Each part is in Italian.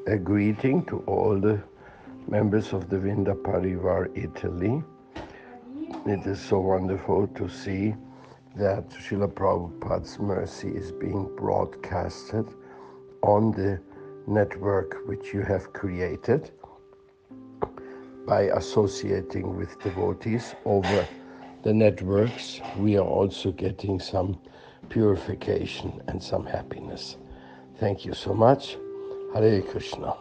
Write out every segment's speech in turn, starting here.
a greeting to all the members of the Vrinda Parivar Italy. It is so wonderful to see that Srila Prabhupada's mercy is being broadcasted on the network which you have created by associating with devotees over the networks. We are also getting some purification and some happiness. Thank you so much. Hare Krishna.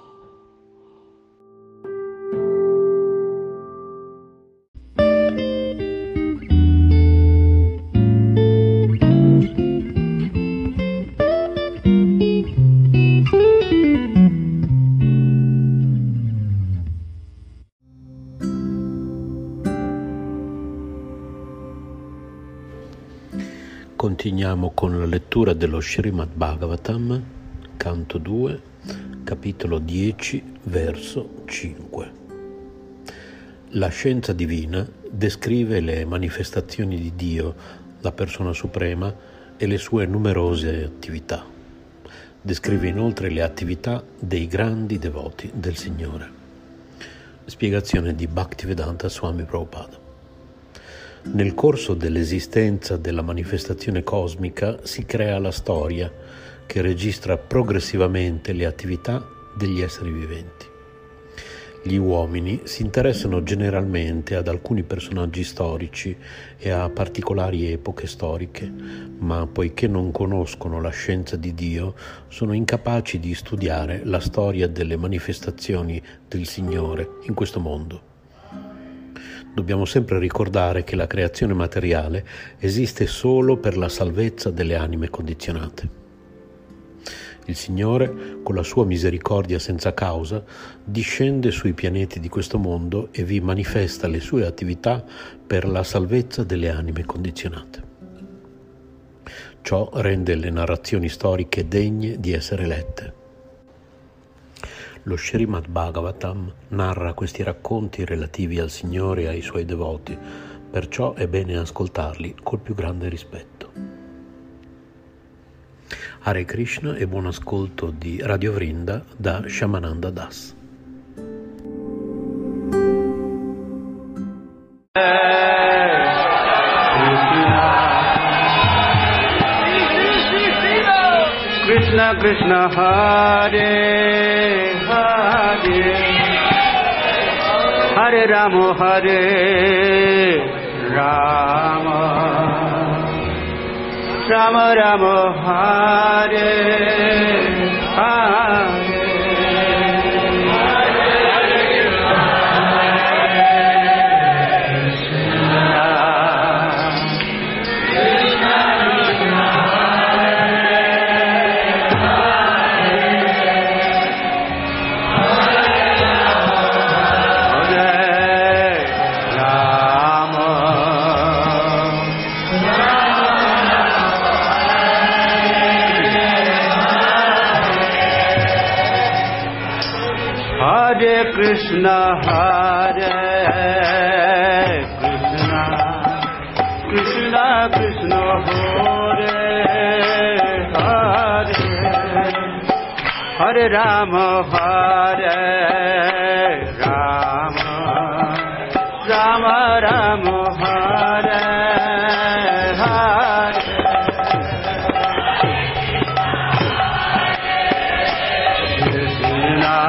Continuiamo con la lettura dello Srimad Bhagavatam, canto 2, capitolo 10, verso 5. La scienza divina descrive le manifestazioni di Dio, la persona suprema, e le sue numerose attività. Descrive inoltre le attività dei grandi devoti del Signore. Spiegazione di Bhaktivedanta Swami Prabhupada. Nel corso dell'esistenza della manifestazione cosmica si crea la storia che registra progressivamente le attività degli esseri viventi. Gli uomini si interessano generalmente ad alcuni personaggi storici e a particolari epoche storiche, ma poiché non conoscono la scienza di Dio, sono incapaci di studiare la storia delle manifestazioni del Signore in questo mondo. Dobbiamo sempre ricordare che la creazione materiale esiste solo per la salvezza delle anime condizionate. Il Signore, con la sua misericordia senza causa, discende sui pianeti di questo mondo e vi manifesta le sue attività per la salvezza delle anime condizionate. Ciò rende le narrazioni storiche degne di essere lette. Lo Srimad Bhagavatam narra questi racconti relativi al Signore e ai suoi devoti, perciò è bene ascoltarli col più grande rispetto. Hare Krishna e buon ascolto di Radio Vrinda da Shyamananda Das. Krishna Krishna Hare Hare Hare Rama Hare Rama Rama Rama Hare Hare Krishna Hare Krishna Krishna Krishna Hare Hare Hare Rama Hare Rama Rama Rama Hare Hare Krishna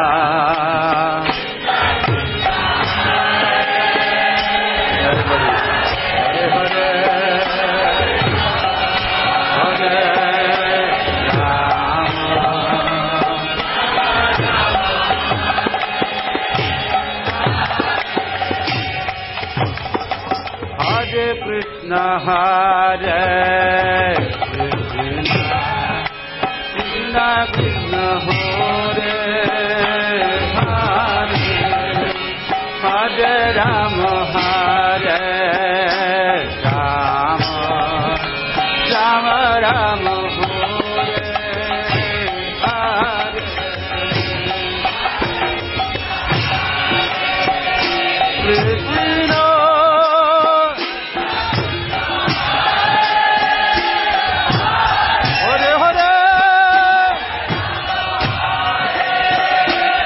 Krishna Hare Krishna Krishna Krishna Hare Hare Hare Rama Hare Rama Rama Rama Hare Hare Krishna Hare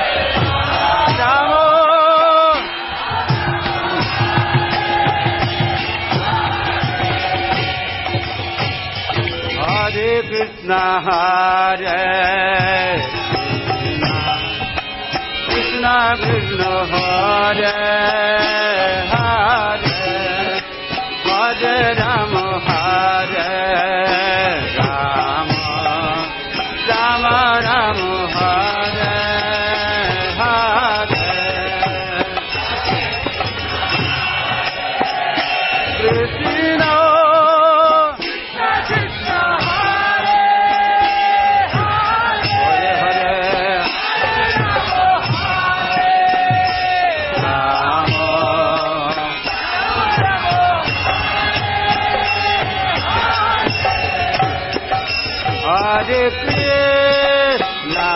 Krishna Hare Krishna Krishna Hare Hare Hare Rama Hare Rama Rama Rama Hare Hare Krishna Hare Krishna,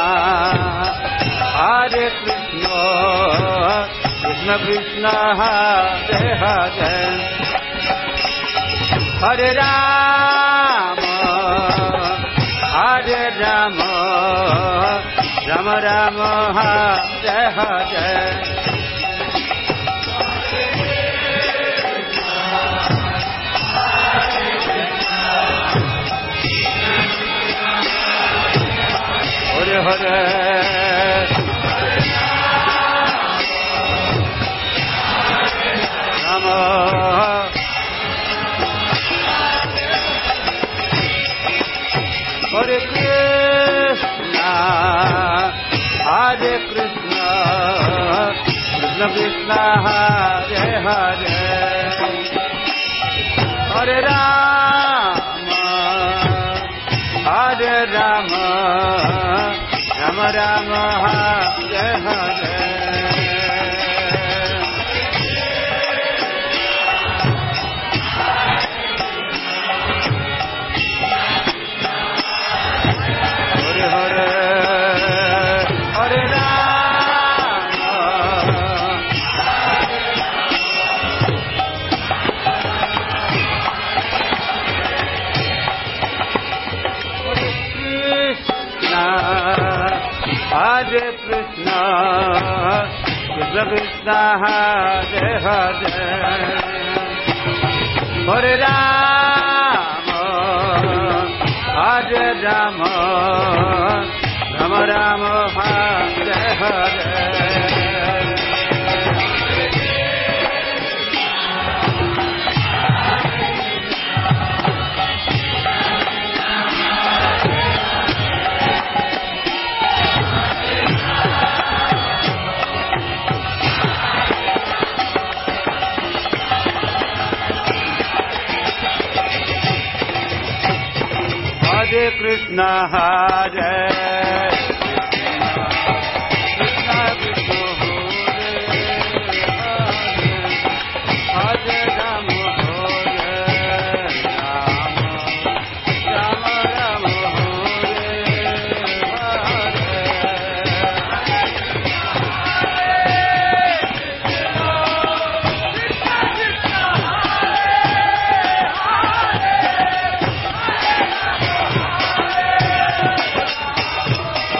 Hare Krishna, Krishna Krishna, Hare Hare, Hare Rama, Hare Rama, Rama Rama, Hare Hare. Hare Hare Rama Hare Krishna Hare Krishna Krishna Krishna Hare Hare Hare Rama Hare Rama Rama Rama Hare Hare Hare Hare Hare Rama Hare Krishna Krishna Krishna Hare Hare Hare Rama Hare Rama Rama Rama Hare Hare Hare Krishna Hare Krishna Krishna Hare Hare Rama Hare Rama Rama Rama Hare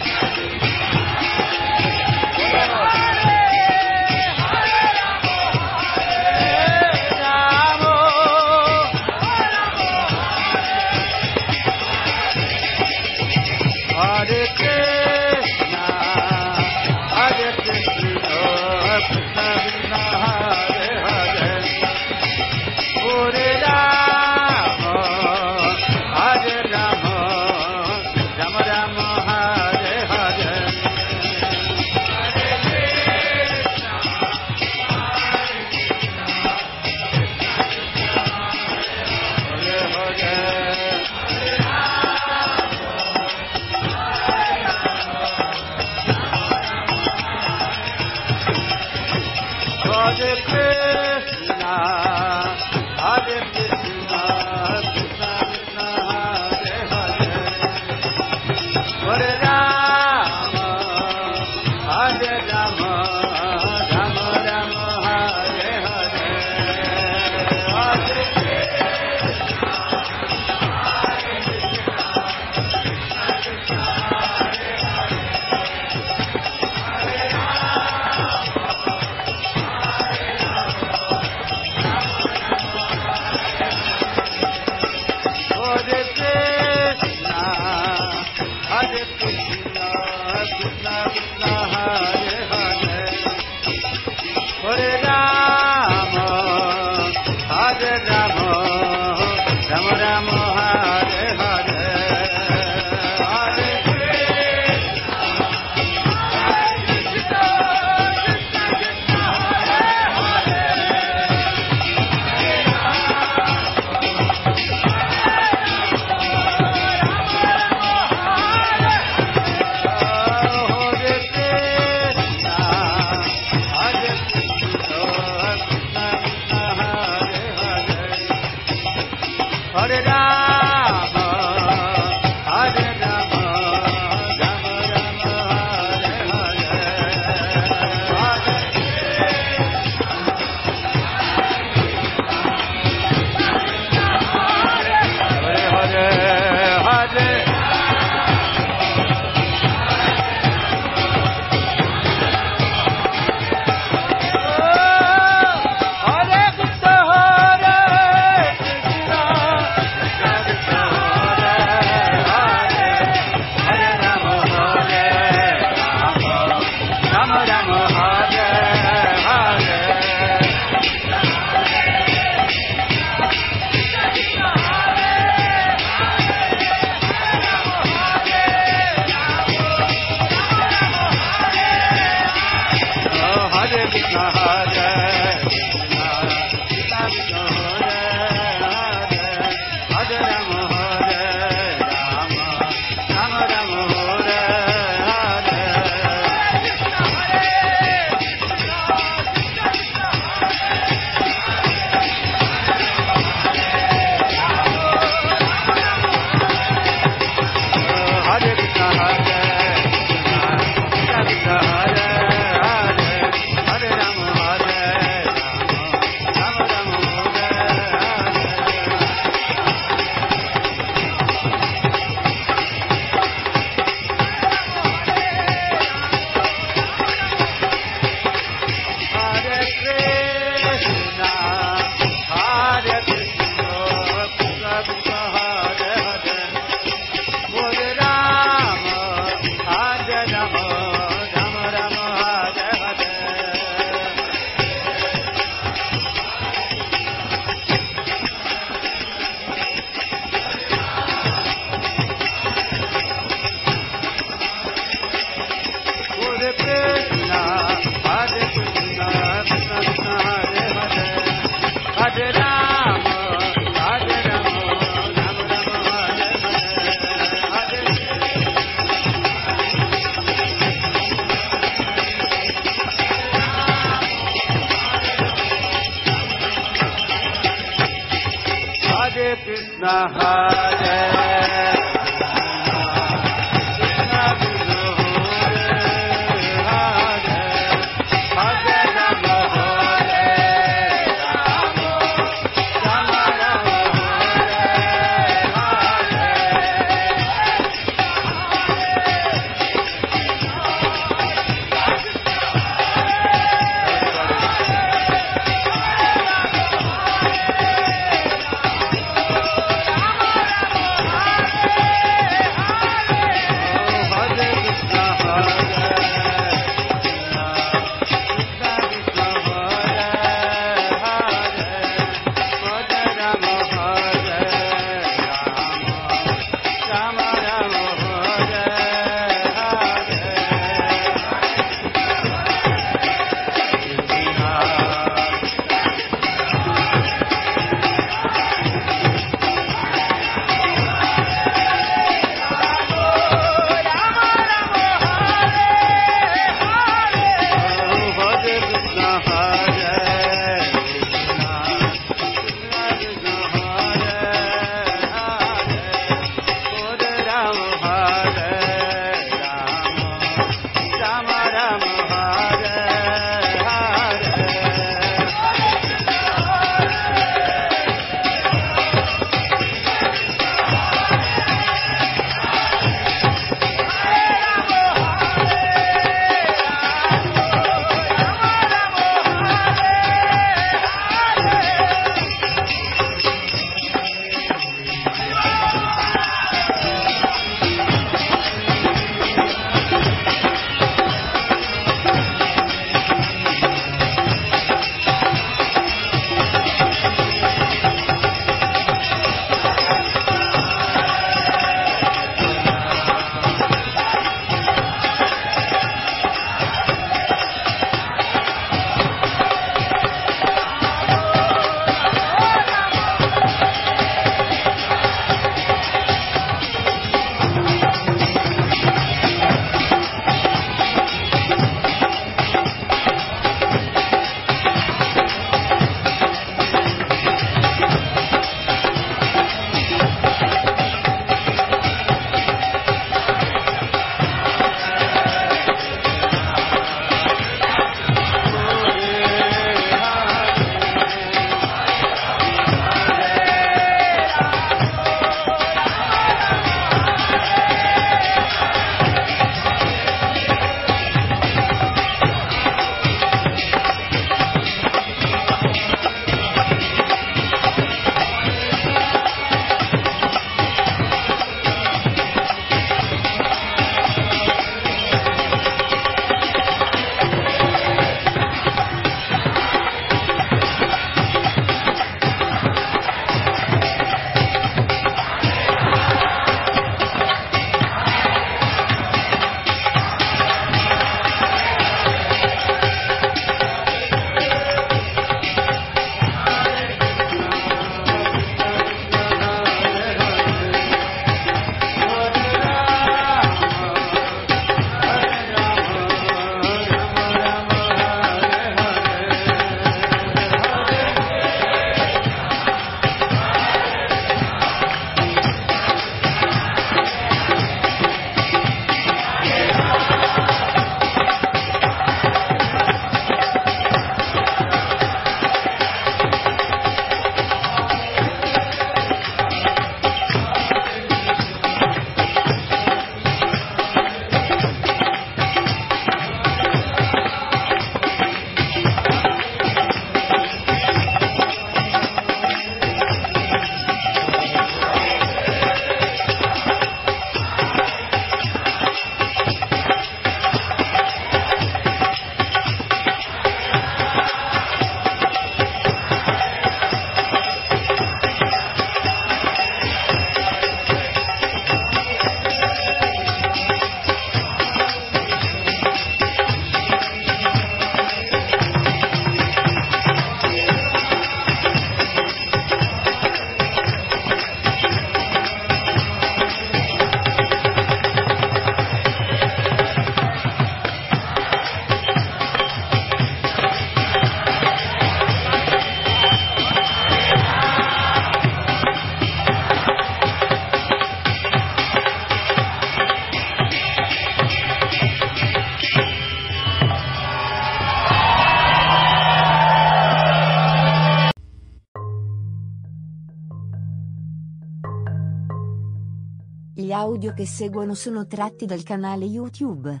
Gli audio che seguono sono tratti dal canale YouTube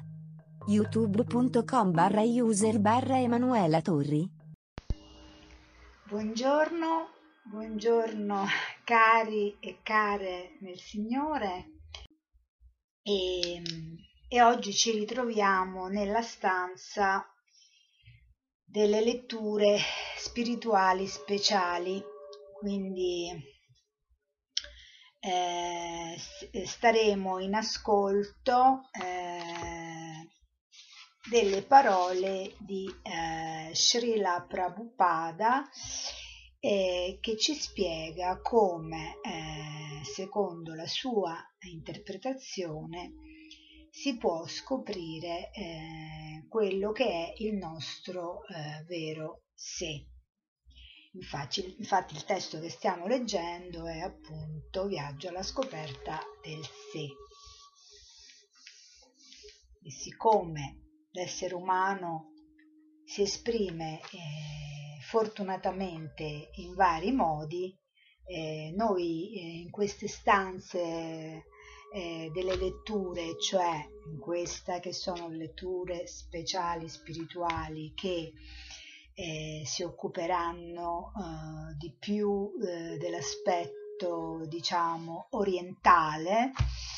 youtube.com/user/Emanuela Torri. Buongiorno, buongiorno cari e care nel Signore e oggi ci ritroviamo nella stanza delle letture spirituali speciali, quindi staremo in ascolto delle parole di Srila Prabhupada che ci spiega come, secondo la sua interpretazione, si può scoprire quello che è il nostro vero sé. Infatti il testo che stiamo leggendo è appunto Viaggio alla scoperta del sé. E siccome l'essere umano si esprime fortunatamente in vari modi, noi in queste stanze delle letture, cioè in questa che sono le letture speciali spirituali che si occuperanno di più dell'aspetto, diciamo, orientale,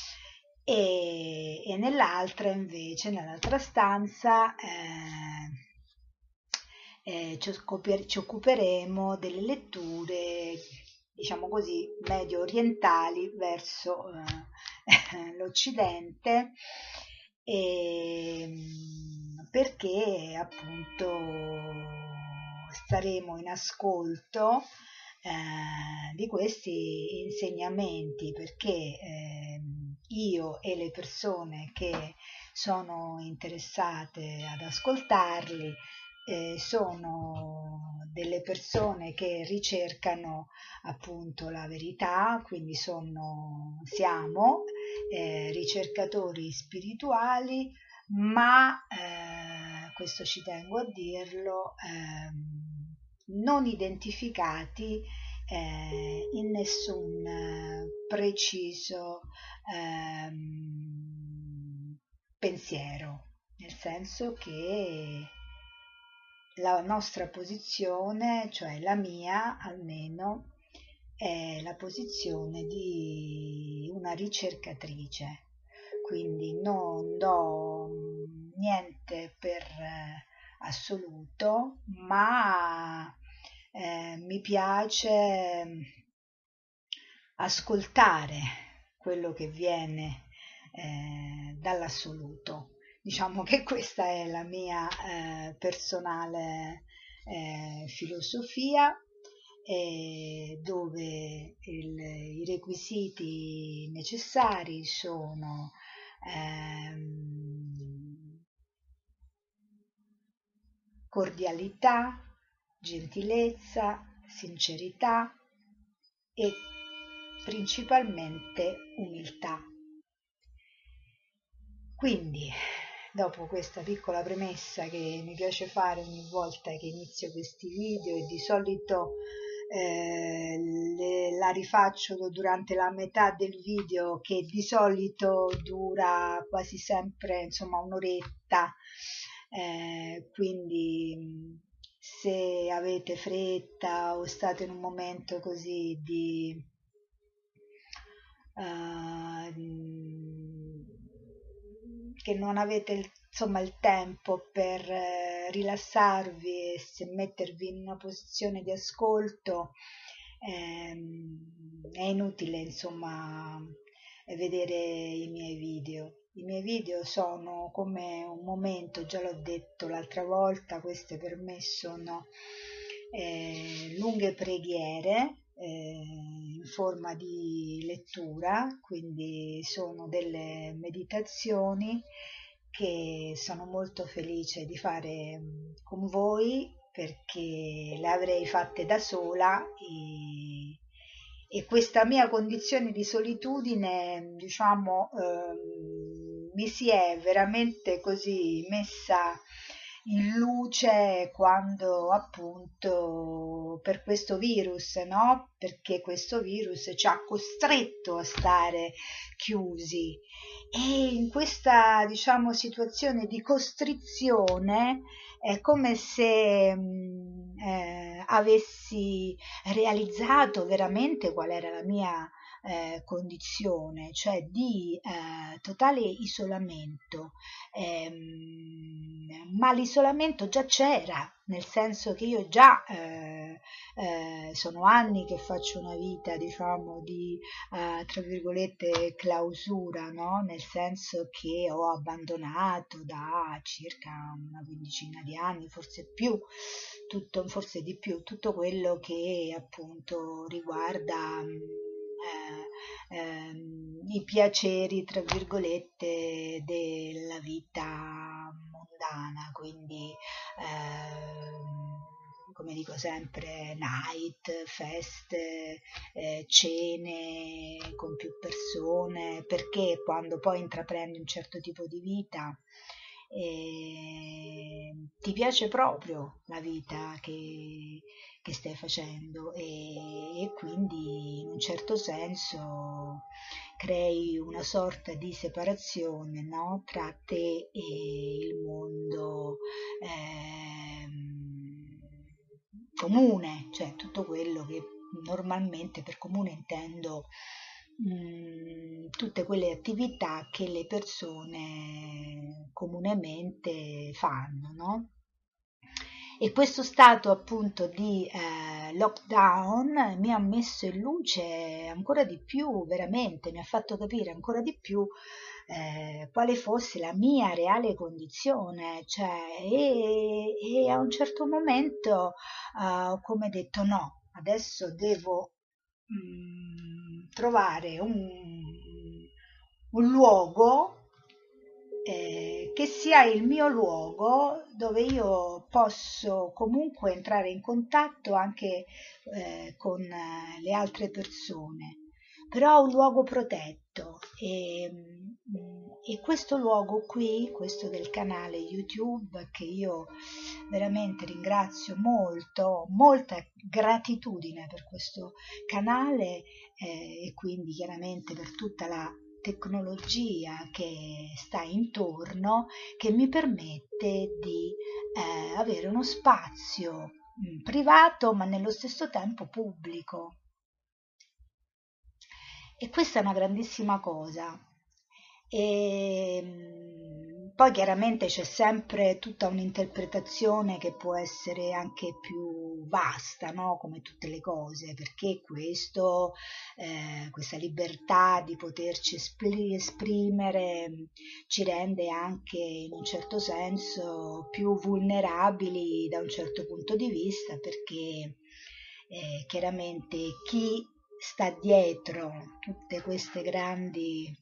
e nell'altra invece, nell'altra stanza, ci occuperemo delle letture, diciamo così, medio orientali verso l'Occidente, perché appunto staremo in ascolto di questi insegnamenti, perché io e le persone che sono interessate ad ascoltarli sono delle persone che ricercano appunto la verità, quindi siamo ricercatori spirituali, ma questo ci tengo a dirlo, non identificati in nessun preciso pensiero, nel senso che la nostra posizione, cioè la mia almeno, è la posizione di una ricercatrice, quindi non do niente per assoluto, ma mi piace ascoltare quello che viene dall'assoluto. Diciamo che questa è la mia personale filosofia, dove i requisiti necessari sono cordialità, gentilezza, sincerità e principalmente umiltà. Quindi, dopo questa piccola premessa che mi piace fare ogni volta che inizio questi video, e di solito la rifaccio durante la metà del video, che di solito dura quasi sempre, insomma, un'oretta, quindi se avete fretta o state in un momento così che non avete insomma il tempo per rilassarvi e mettervi in una posizione di ascolto, è inutile insomma vedere i miei video. I miei video sono come un momento, già l'ho detto l'altra volta, queste per me sono lunghe preghiere in forma di lettura, quindi sono delle meditazioni che sono molto felice di fare con voi, perché le avrei fatte da sola e questa mia condizione di solitudine, diciamo, mi si è veramente così messa in luce quando appunto per questo virus, no? Perché questo virus ci ha costretto a stare chiusi e in questa, diciamo, situazione di costrizione è come se avessi realizzato veramente qual era la mia condizione, cioè di totale isolamento. Ma l'isolamento già c'era, nel senso che io già sono anni che faccio una vita, diciamo, di tra virgolette clausura, no? Nel senso che ho abbandonato da circa una quindicina di anni, forse più, tutto, forse di più, tutto quello che appunto riguarda i piaceri, tra virgolette, della vita mondana, quindi come dico sempre, night, feste, cene con più persone, perché quando poi intraprendi un certo tipo di vita ti piace proprio la vita che stai facendo e quindi in un certo senso crei una sorta di separazione, no? Tra te e il mondo comune, cioè tutto quello che normalmente per comune intendo tutte quelle attività che le persone comunemente fanno, no? E questo stato appunto di lockdown mi ha messo in luce ancora di più, veramente, mi ha fatto capire ancora di più quale fosse la mia reale condizione, cioè, e a un certo momento ho come detto no, adesso devo trovare un luogo che sia il mio luogo dove io posso comunque entrare in contatto anche con le altre persone, però un luogo protetto e questo luogo qui, questo del canale YouTube che io veramente ringrazio molto, ho molta gratitudine per questo canale e quindi chiaramente per tutta la tecnologia che sta intorno che mi permette di avere uno spazio privato ma nello stesso tempo pubblico e questa è una grandissima cosa. E poi chiaramente c'è sempre tutta un'interpretazione che può essere anche più vasta, no? Come tutte le cose, perché questa libertà di poterci esprimere ci rende anche in un certo senso più vulnerabili da un certo punto di vista, perché chiaramente chi sta dietro tutte queste grandi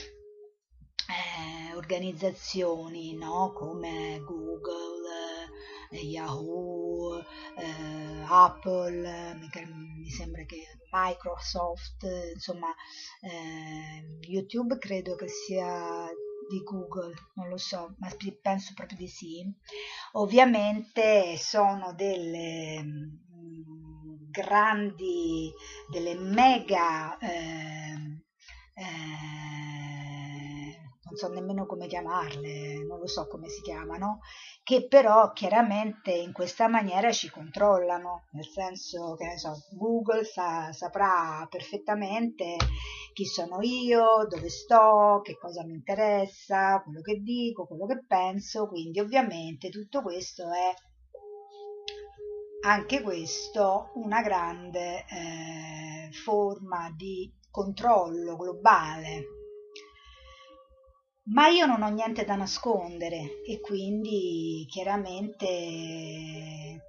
organizzazioni, no? Come Google, Yahoo, Apple, mi sembra che Microsoft, insomma, YouTube credo che sia di Google, non lo so, ma penso proprio di sì. Ovviamente sono delle grandi, delle mega non so nemmeno come chiamarle, non lo so come si chiamano, che però chiaramente in questa maniera ci controllano, nel senso che ne so, Google saprà perfettamente chi sono io, dove sto, che cosa mi interessa, quello che dico, quello che penso, quindi ovviamente tutto questo è anche questo una grande forma di controllo globale. Ma io non ho niente da nascondere e quindi chiaramente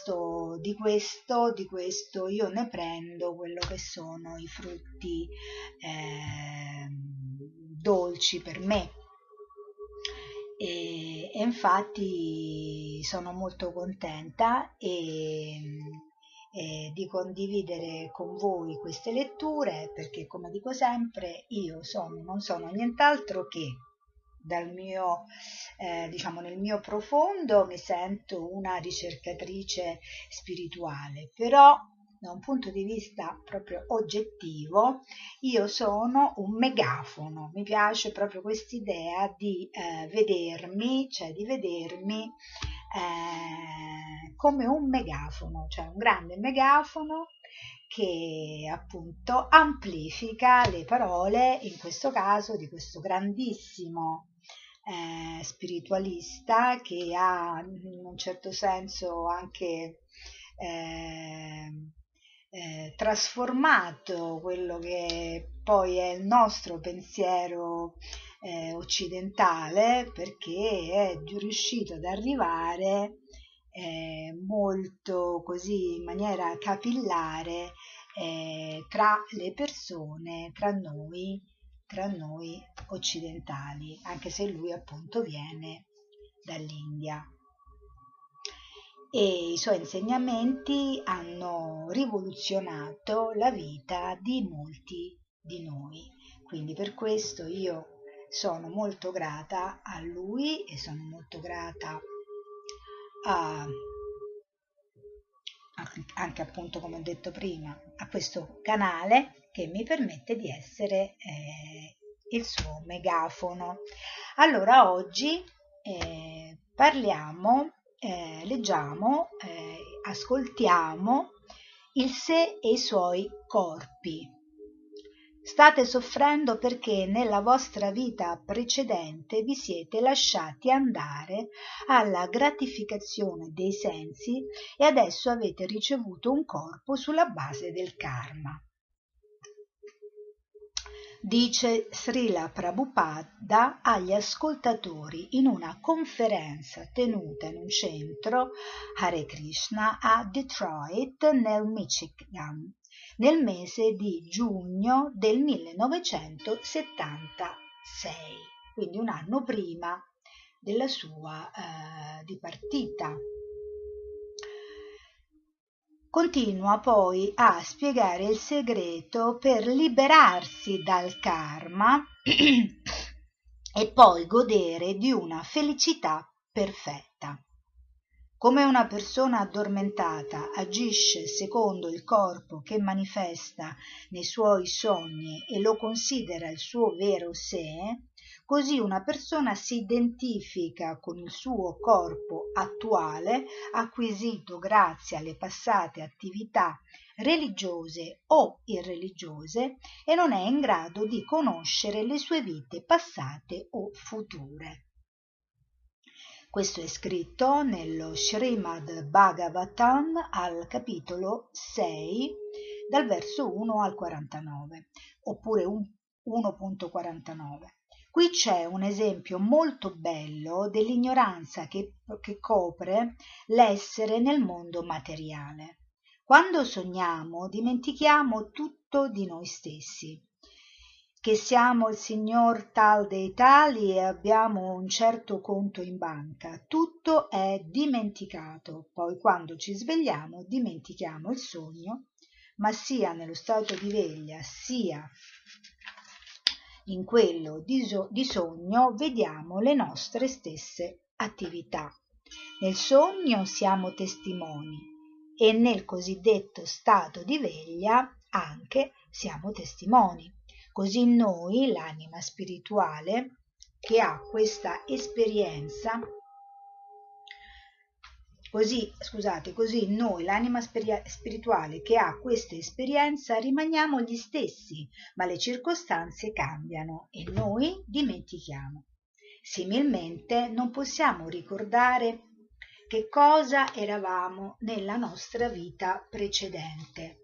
di questo io ne prendo quello che sono i frutti dolci per me. E infatti sono molto contenta e di condividere con voi queste letture perché come dico sempre io non sono nient'altro che diciamo nel mio profondo mi sento una ricercatrice spirituale, però da un punto di vista proprio oggettivo io sono un megafono. Mi piace proprio quest'idea di vedermi, cioè di vedermi come un megafono, cioè un grande megafono che appunto amplifica le parole, in questo caso di questo grandissimo spiritualista, che ha in un certo senso anche trasformato quello che poi è il nostro pensiero occidentale, perché è riuscito ad arrivare molto così in maniera capillare tra le persone, tra noi occidentali, anche se lui appunto viene dall'India. E i suoi insegnamenti hanno rivoluzionato la vita di molti di noi. Quindi per questo io sono molto grata a lui e sono molto grata anche appunto, come ho detto prima, a questo canale che mi permette di essere il suo megafono. Allora oggi parliamo, leggiamo, ascoltiamo il sé e i suoi corpi. State soffrendo perché nella vostra vita precedente vi siete lasciati andare alla gratificazione dei sensi e adesso avete ricevuto un corpo sulla base del karma. Dice Srila Prabhupada agli ascoltatori in una conferenza tenuta in un centro Hare Krishna a Detroit, nel Michigan, nel mese di giugno del 1976, quindi un anno prima della sua dipartita. Continua poi a spiegare il segreto per liberarsi dal karma e poi godere di una felicità perfetta. Come una persona addormentata agisce secondo il corpo che manifesta nei suoi sogni e lo considera il suo vero sé, così una persona si identifica con il suo corpo attuale, acquisito grazie alle passate attività religiose o irreligiose, e non è in grado di conoscere le sue vite passate o future. Questo è scritto nello Srimad Bhagavatam al capitolo 6, dal verso 1 al 49, oppure 1.49. Qui c'è un esempio molto bello dell'ignoranza che copre l'essere nel mondo materiale. Quando sogniamo, dimentichiamo tutto di noi stessi, che siamo il signor tal dei tali e abbiamo un certo conto in banca. Tutto è dimenticato. Poi quando ci svegliamo dimentichiamo il sogno, ma sia nello stato di veglia sia in quello di sogno vediamo le nostre stesse attività. Nel sogno siamo testimoni e nel cosiddetto stato di veglia anche siamo testimoni. Così noi, l'anima spirituale, che ha questa esperienza, così noi, l'anima spirituale che ha questa esperienza, rimaniamo gli stessi, ma le circostanze cambiano e noi dimentichiamo. Similmente non possiamo ricordare che cosa eravamo nella nostra vita precedente.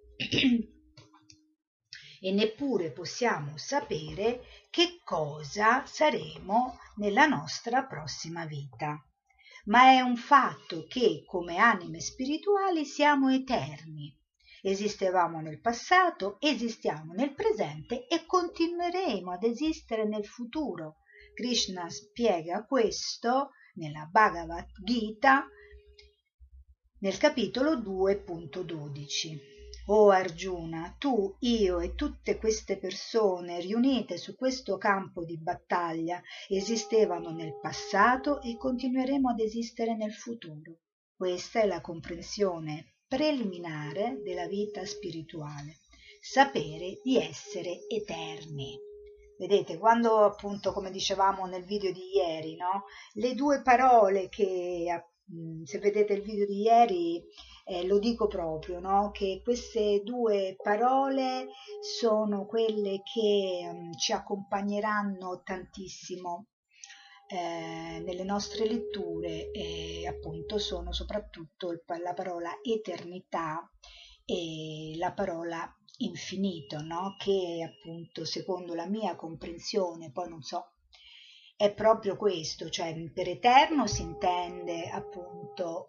E neppure possiamo sapere che cosa saremo nella nostra prossima vita. Ma è un fatto che come anime spirituali siamo eterni. Esistevamo nel passato, esistiamo nel presente e continueremo ad esistere nel futuro. Krishna spiega questo nella Bhagavad Gita nel capitolo 2.12. O Arjuna, tu, io e tutte queste persone riunite su questo campo di battaglia esistevano nel passato e continueremo ad esistere nel futuro. Questa è la comprensione preliminare della vita spirituale, sapere di essere eterni. Vedete, quando appunto, come dicevamo nel video di ieri, no? Le due parole che, se vedete il video di ieri, lo dico proprio, no? Che queste due parole sono quelle che ci accompagneranno tantissimo nelle nostre letture, e appunto sono soprattutto la parola eternità e la parola infinito, no? Che appunto secondo la mia comprensione, poi non so, è proprio questo, cioè per eterno si intende appunto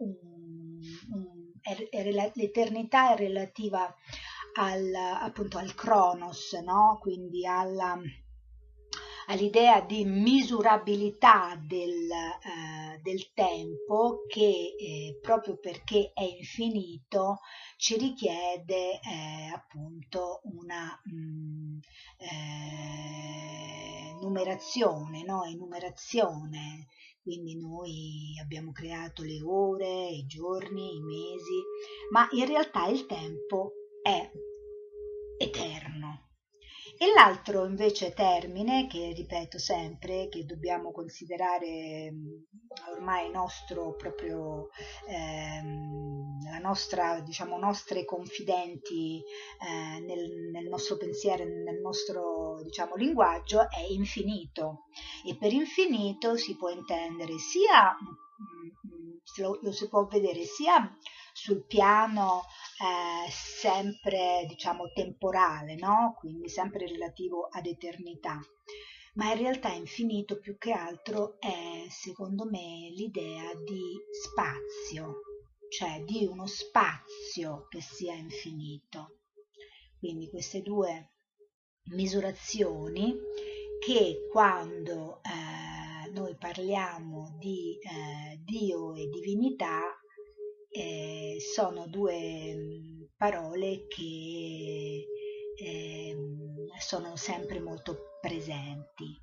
l'eternità è relativa appunto al Cronos, no? Quindi all'idea di misurabilità del tempo che proprio perché è infinito ci richiede appunto una numerazione, no? Enumerazione. Quindi noi abbiamo creato le ore, i giorni, i mesi, ma in realtà il tempo è eterno. E l'altro invece termine, che ripeto sempre, che dobbiamo considerare ormai nostro proprio, la nostra, diciamo, nostre confidenti nel nostro pensiero, nel nostro, diciamo, linguaggio, è infinito. E per infinito si può intendere sia, lo si può vedere sia sul piano sempre diciamo temporale, no? Quindi sempre relativo ad eternità, ma in realtà infinito più che altro è secondo me l'idea di spazio, cioè di uno spazio che sia infinito. Quindi queste due misurazioni che quando noi parliamo di Dio e divinità sono due parole che sono sempre molto presenti,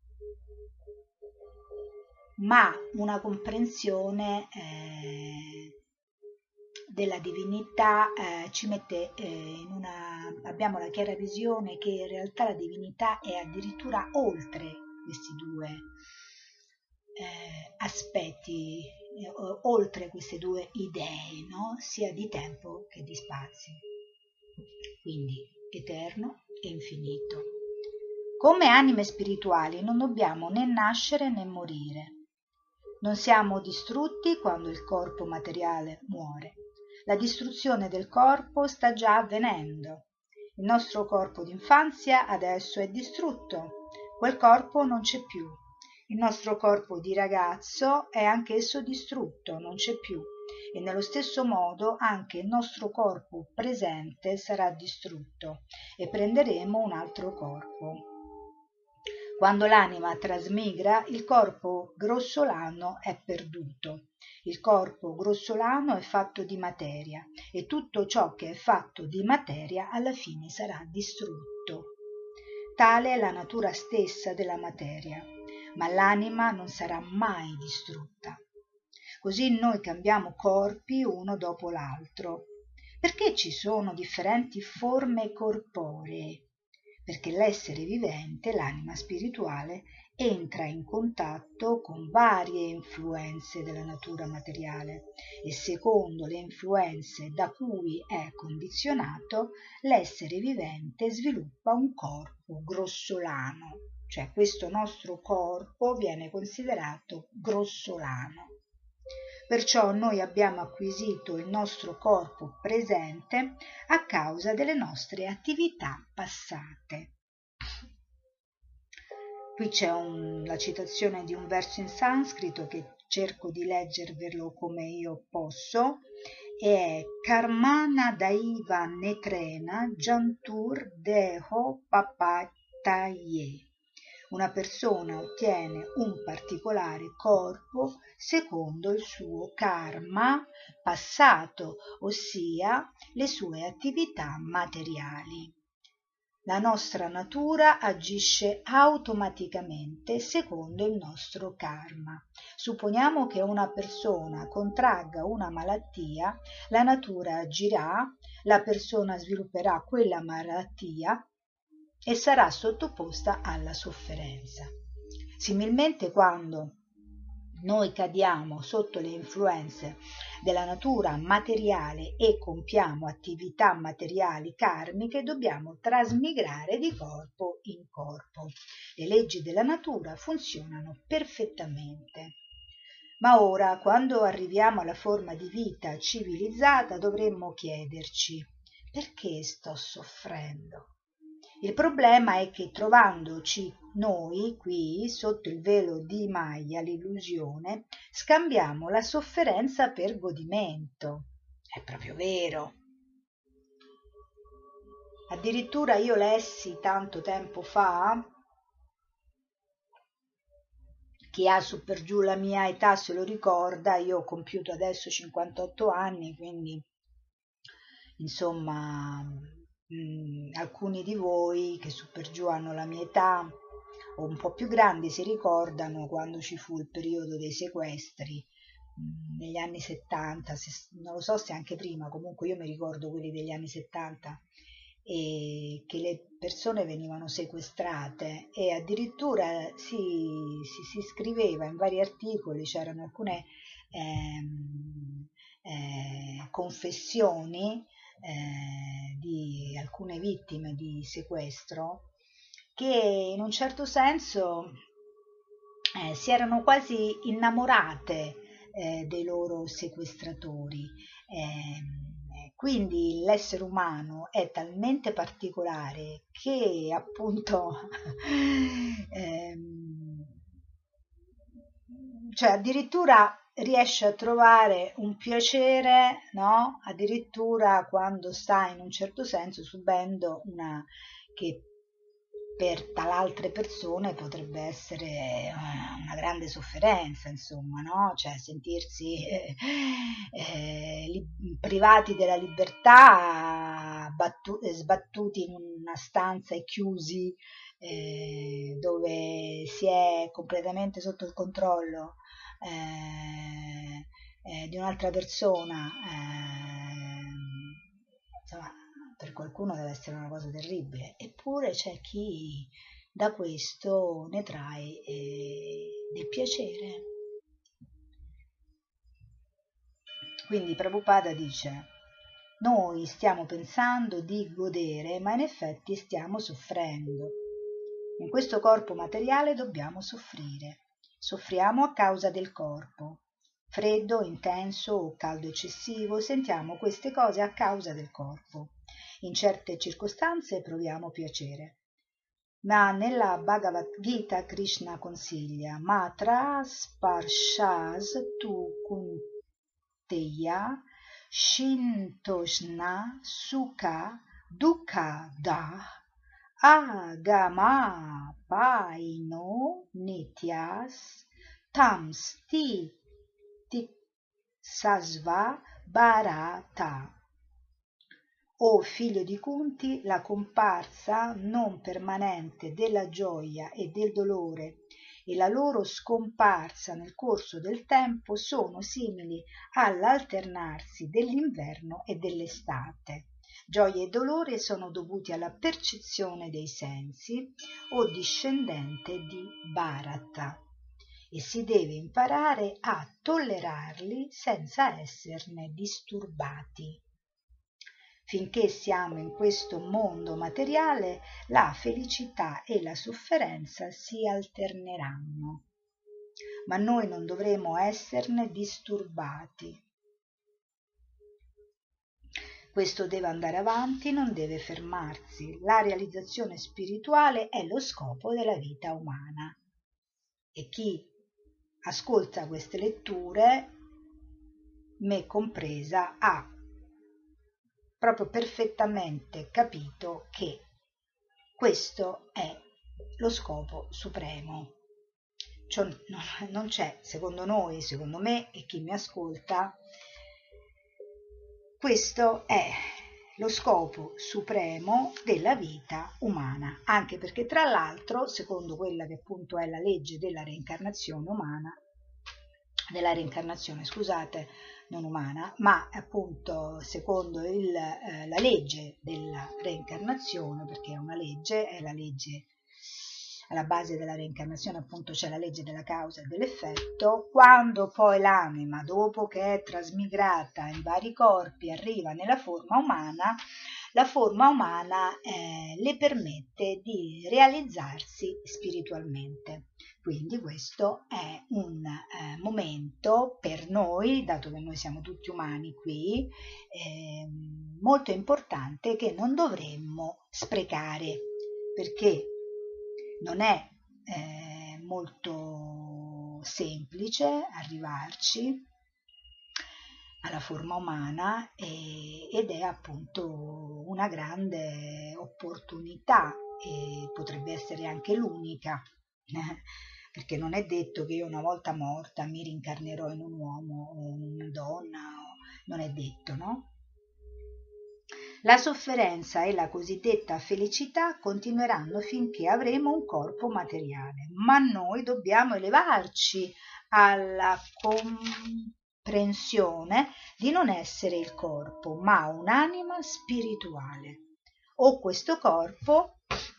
ma una comprensione della divinità ci mette abbiamo la chiara visione che in realtà la divinità è addirittura oltre questi due aspetti, oltre queste due idee, no? Sia di tempo che di spazio, quindi eterno e infinito. Come anime spirituali non dobbiamo né nascere né morire. Non siamo distrutti quando il corpo materiale muore. La distruzione del corpo sta già avvenendo. Il nostro corpo d'infanzia adesso è distrutto. Quel corpo non c'è più. Il nostro corpo di ragazzo è anch'esso distrutto, non c'è più. E nello stesso modo anche il nostro corpo presente sarà distrutto e prenderemo un altro corpo. Quando l'anima trasmigra, il corpo grossolano è perduto. Il corpo grossolano è fatto di materia e tutto ciò che è fatto di materia alla fine sarà distrutto. Tale è la natura stessa della materia, ma l'anima non sarà mai distrutta. Così noi cambiamo corpi uno dopo l'altro. Perché ci sono differenti forme corporee? Perché l'essere vivente, l'anima spirituale, entra in contatto con varie influenze della natura materiale e secondo le influenze da cui è condizionato, l'essere vivente sviluppa un corpo grossolano, cioè questo nostro corpo viene considerato grossolano. Perciò noi abbiamo acquisito il nostro corpo presente a causa delle nostre attività passate. Qui c'è la citazione di un verso in sanscrito che cerco di leggervelo come io posso, e è Karmana Daiva Netrena Jantur Deho Papataye. Una persona ottiene un particolare corpo secondo il suo karma passato, ossia le sue attività materiali. La nostra natura agisce automaticamente secondo il nostro karma. Supponiamo che una persona contragga una malattia, la natura agirà, la persona svilupperà quella malattia e sarà sottoposta alla sofferenza. Similmente, quando noi cadiamo sotto le influenze della natura materiale e compiamo attività materiali karmiche, dobbiamo trasmigrare di corpo in corpo. Le leggi della natura funzionano perfettamente. Ma ora, quando arriviamo alla forma di vita civilizzata, dovremmo chiederci: perché sto soffrendo? Il problema è che, trovandoci noi qui sotto il velo di Maya, l'illusione, scambiamo la sofferenza per godimento. È proprio vero. Addirittura io lessi tanto tempo fa, chi ha su per giù la mia età se lo ricorda, io ho compiuto adesso 58 anni, quindi insomma alcuni di voi che su per giù hanno la mia età o un po' più grandi si ricordano quando ci fu il periodo dei sequestri negli anni 70, non lo so se anche prima, comunque io mi ricordo quelli degli anni 70, e che le persone venivano sequestrate e addirittura si scriveva in vari articoli, c'erano alcune confessioni di alcune vittime di sequestro che in un certo senso si erano quasi innamorate dei loro sequestratori. Quindi l'essere umano è talmente particolare che appunto cioè addirittura riesce a trovare un piacere, no? Addirittura quando sta in un certo senso subendo una che per talaltre persone potrebbe essere una grande sofferenza, insomma, no? Cioè sentirsi privati della libertà, sbattuti in una stanza e chiusi, dove si è completamente sotto il controllo di un'altra persona, insomma, per qualcuno deve essere una cosa terribile, eppure c'è chi da questo ne trae del piacere. Quindi Prabhupada dice: noi stiamo pensando di godere, ma in effetti stiamo soffrendo. In questo corpo materiale dobbiamo soffrire. Soffriamo a causa del corpo. Freddo, intenso o caldo eccessivo, sentiamo queste cose a causa del corpo. In certe circostanze proviamo piacere. Ma nella Bhagavad Gita Krishna consiglia: Matra sparshas tu kunteya shintoshna sukha dukkha da agama paino nityas tamsti sasva bharata. O figlio di Kunti, la comparsa non permanente della gioia e del dolore e la loro scomparsa nel corso del tempo sono simili all'alternarsi dell'inverno e dell'estate. Gioia e dolore sono dovuti alla percezione dei sensi o discendente di Bharata, e si deve imparare a tollerarli senza esserne disturbati. Finché siamo in questo mondo materiale, la felicità e la sofferenza si alterneranno, ma noi non dovremo esserne disturbati. Questo deve andare avanti, non deve fermarsi. La realizzazione spirituale è lo scopo della vita umana. E chi ascolta queste letture, me compresa, ha proprio perfettamente capito che questo è lo scopo supremo. Cioè, non c'è, secondo noi, secondo me e chi mi ascolta, questo è lo scopo supremo della vita umana, anche perché tra l'altro, secondo quella che appunto è la legge della reincarnazione umana, della reincarnazione, scusate, non umana, ma appunto secondo la legge della reincarnazione, perché è una legge, è la legge alla base della reincarnazione, appunto c'è la legge della causa e dell'effetto. Quando poi l'anima, dopo che è trasmigrata in vari corpi, arriva nella forma umana, la forma umana le permette di realizzarsi spiritualmente. Quindi questo è un momento per noi, dato che noi siamo tutti umani qui, molto importante, che non dovremmo sprecare, perché non è molto semplice arrivarci alla forma umana ed è appunto una grande opportunità e potrebbe essere anche l'unica, perché non è detto che io una volta morta mi rincarnerò in un uomo o in una donna, non è detto, no? La sofferenza e la cosiddetta felicità continueranno finché avremo un corpo materiale, ma noi dobbiamo elevarci alla comprensione di non essere il corpo, ma un'anima spirituale. Ho questo corpo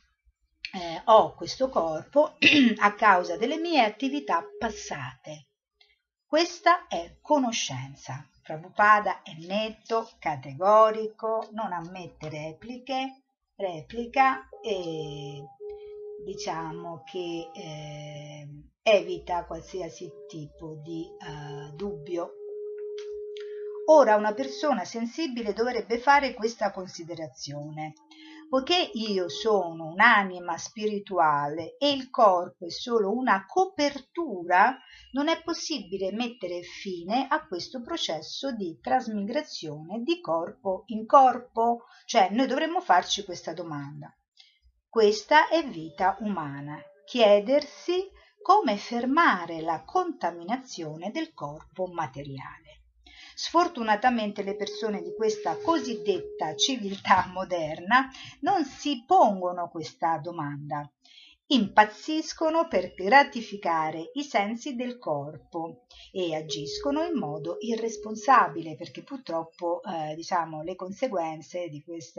a causa delle mie attività passate. Questa è conoscenza. Prabhupada è netto, categorico, non ammette replica e diciamo che evita qualsiasi tipo di dubbio. Ora una persona sensibile dovrebbe fare questa considerazione. Poiché io sono un'anima spirituale e il corpo è solo una copertura, non è possibile mettere fine a questo processo di trasmigrazione di corpo in corpo. Cioè, noi dovremmo farci questa domanda. Questa è vita umana. Chiedersi come fermare la contaminazione del corpo materiale. Sfortunatamente le persone di questa cosiddetta civiltà moderna non si pongono questa domanda. Impazziscono per gratificare i sensi del corpo e agiscono in modo irresponsabile, perché purtroppo diciamo, le conseguenze di questo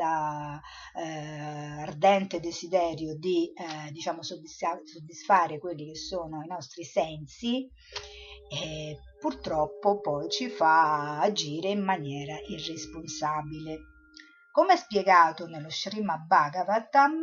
ardente desiderio di diciamo, soddisfare quelli che sono i nostri sensi purtroppo poi ci fa agire in maniera irresponsabile. Come è spiegato nello Srimad Bhagavatam,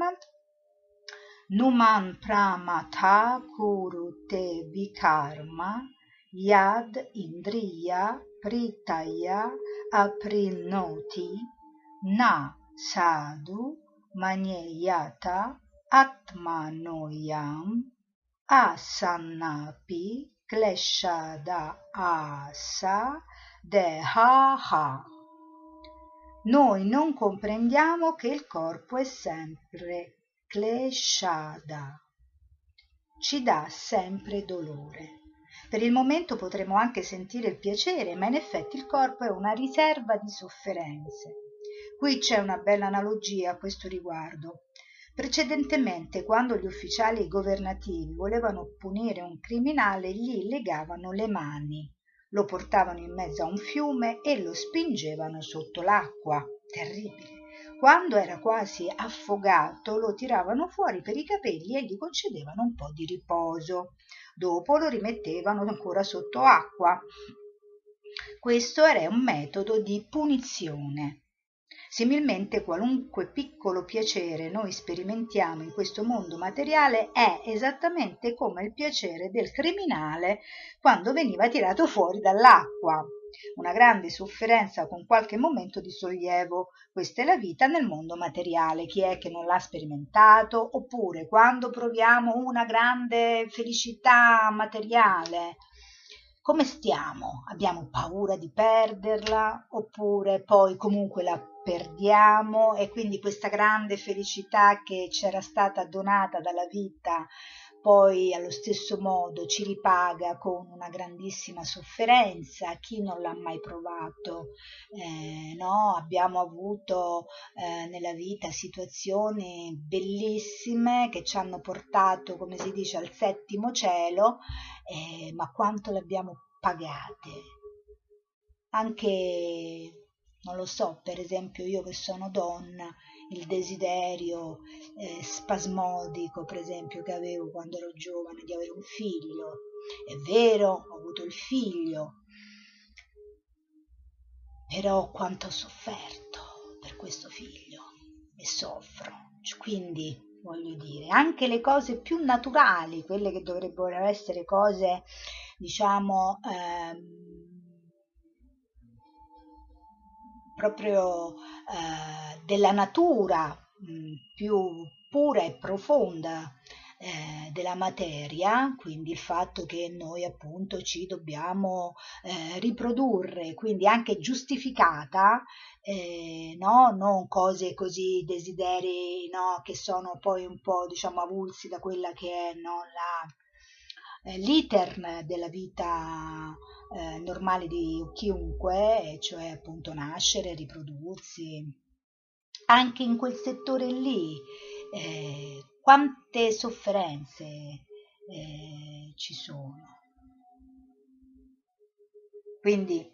Numan Pramata Kurute Vikarma Yad Indriya Pritaya Aprinoti Na Sadhu Manyeyata Atmanoyam Asannapi Kleshada Asa Dehaha. Noi non comprendiamo che il corpo è sempre kleshada, ci dà sempre dolore. Per il momento potremo anche sentire il piacere, ma in effetti il corpo è una riserva di sofferenze. Qui c'è una bella analogia a questo riguardo. Precedentemente, quando gli ufficiali governativi volevano punire un criminale, gli legavano le mani, lo portavano in mezzo a un fiume e lo spingevano sotto l'acqua. Terribile. Quando era quasi affogato, lo tiravano fuori per i capelli e gli concedevano un po' di riposo. Dopo lo rimettevano ancora sotto acqua. Questo era un metodo di punizione. Similmente, qualunque piccolo piacere noi sperimentiamo in questo mondo materiale è esattamente come il piacere del criminale quando veniva tirato fuori dall'acqua. Una grande sofferenza con qualche momento di sollievo. Questa è la vita nel mondo materiale. Chi è che non l'ha sperimentato? Oppure quando proviamo una grande felicità materiale, come stiamo? Abbiamo paura di perderla? Oppure poi comunque la perdiamo, e quindi questa grande felicità che c'era stata donata dalla vita poi allo stesso modo ci ripaga con una grandissima sofferenza. Chi non l'ha mai provato? No? Abbiamo avuto nella vita situazioni bellissime che ci hanno portato, come si dice, al settimo cielo, ma quanto le abbiamo pagate? Anche, non lo so, per esempio io che sono donna, il desiderio spasmodico, per esempio, che avevo quando ero giovane di avere un figlio. È vero, ho avuto il figlio, però quanto ho sofferto per questo figlio e soffro. Quindi, voglio dire, anche le cose più naturali, quelle che dovrebbero essere cose, diciamo, proprio della natura, più pura e profonda della materia, quindi il fatto che noi appunto ci dobbiamo riprodurre, quindi anche giustificata, no? Non cose così, desideri, no? Che sono poi un po', diciamo, avulsi da quella che è, no? L'iter della vita normale di chiunque, e cioè appunto nascere, riprodursi. Anche in quel settore lì quante sofferenze ci sono. Quindi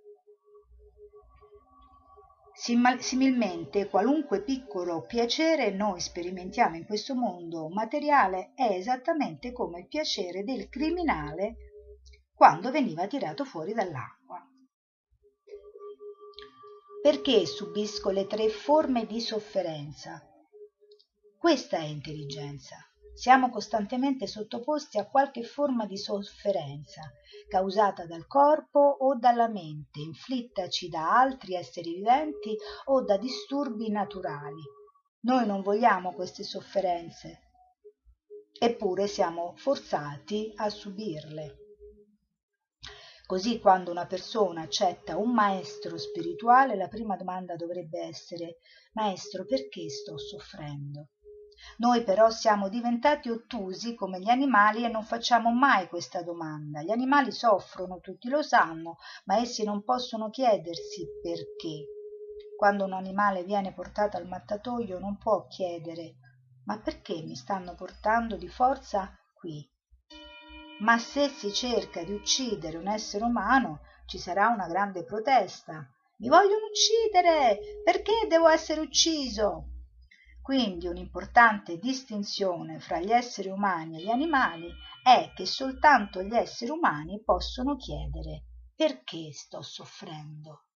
similmente qualunque piccolo piacere noi sperimentiamo in questo mondo materiale è esattamente come il piacere del criminale quando veniva tirato fuori dall'acqua. Perché subisco le 3 forme di sofferenza? Questa è intelligenza. Siamo costantemente sottoposti a qualche forma di sofferenza causata dal corpo o dalla mente, inflittaci da altri esseri viventi o da disturbi naturali. Noi non vogliamo queste sofferenze, eppure siamo forzati a subirle. Così quando una persona accetta un maestro spirituale, la prima domanda dovrebbe essere: maestro, perché sto soffrendo? Noi però siamo diventati ottusi come gli animali e non facciamo mai questa domanda. Gli animali soffrono, tutti lo sanno, ma essi non possono chiedersi perché. Quando un animale viene portato al mattatoio non può chiedere: ma perché mi stanno portando di forza qui? Ma se si cerca di uccidere un essere umano ci sarà una grande protesta. Mi vogliono uccidere! Perché devo essere ucciso? Quindi un'importante distinzione fra gli esseri umani e gli animali è che soltanto gli esseri umani possono chiedere: perché sto soffrendo?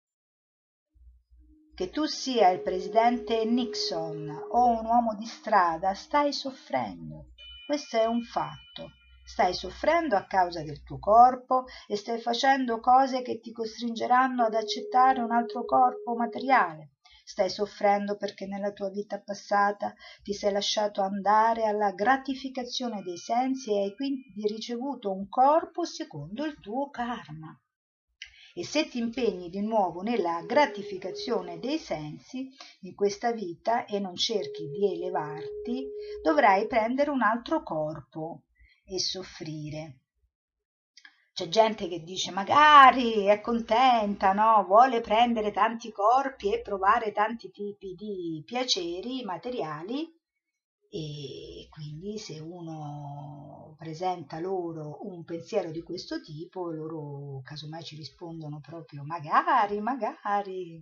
Che tu sia il presidente Nixon o un uomo di strada, stai soffrendo. Questo è un fatto. Stai soffrendo a causa del tuo corpo e stai facendo cose che ti costringeranno ad accettare un altro corpo materiale. Stai soffrendo perché nella tua vita passata ti sei lasciato andare alla gratificazione dei sensi e hai quindi ricevuto un corpo secondo il tuo karma. E se ti impegni di nuovo nella gratificazione dei sensi in questa vita e non cerchi di elevarti, dovrai prendere un altro corpo e soffrire. C'è gente che dice magari è contenta, no? Vuole prendere tanti corpi e provare tanti tipi di piaceri materiali, e quindi se uno presenta loro un pensiero di questo tipo, loro casomai ci rispondono proprio magari, magari,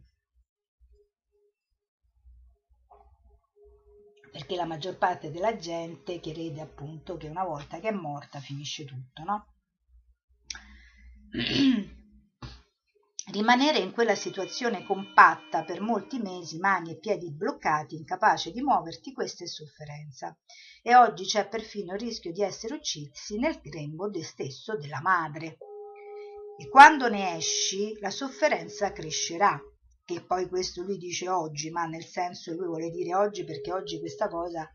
perché la maggior parte della gente crede appunto che una volta che è morta finisce tutto, no? Rimanere in quella situazione compatta per molti mesi, mani e piedi bloccati, incapace di muoverti, questa è sofferenza. E oggi c'è perfino il rischio di essere uccisi nel grembo stesso della madre. E quando ne esci, la sofferenza crescerà. Che poi questo lui dice oggi, ma nel senso lui vuole dire oggi perché oggi questa cosa,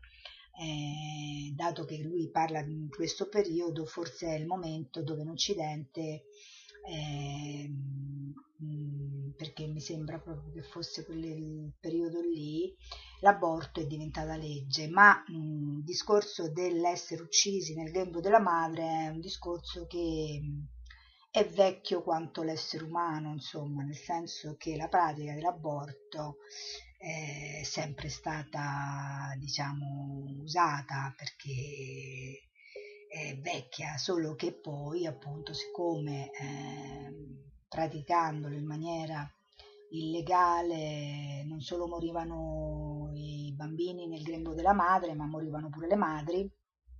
dato che lui parla in questo periodo, forse è il momento dove in Occidente perché mi sembra proprio che fosse quel periodo lì, l'aborto è diventata legge, ma il discorso dell'essere uccisi nel grembo della madre è un discorso che è vecchio quanto l'essere umano, insomma, nel senso che la pratica dell'aborto è sempre stata, diciamo, usata perché è vecchia, solo che poi, appunto, siccome praticandolo in maniera illegale non solo morivano i bambini nel grembo della madre, ma morivano pure le madri,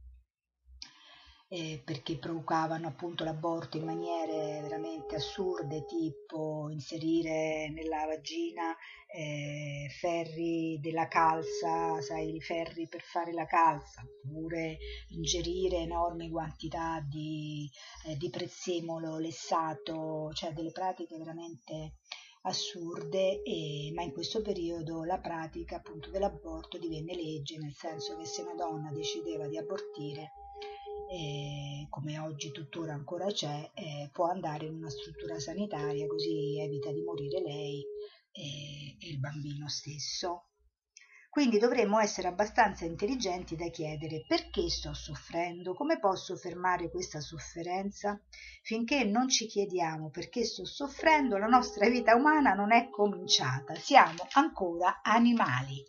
perché provocavano appunto l'aborto in maniere veramente assurde, tipo inserire nella vagina ferri della calza, sai, i ferri per fare la calza, oppure ingerire enormi quantità di prezzemolo lessato, cioè delle pratiche veramente assurde, ma in questo periodo la pratica appunto dell'aborto divenne legge, nel senso che se una donna decideva di abortire, come oggi tuttora ancora c'è, può andare in una struttura sanitaria, così evita di morire lei e il bambino stesso. Quindi dovremmo essere abbastanza intelligenti da chiedere: perché sto soffrendo? Come posso fermare questa sofferenza? Finché non ci chiediamo perché sto soffrendo, la nostra vita umana non è cominciata, siamo ancora animali.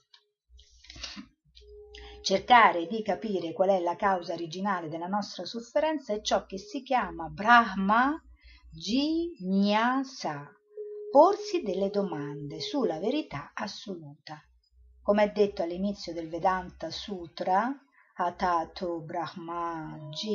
Cercare di capire qual è la causa originale della nostra sofferenza è ciò che si chiama Brahma Jignasa, porsi delle domande sulla verità assoluta. Come è detto all'inizio del Vedanta Sutra, Atato Brahma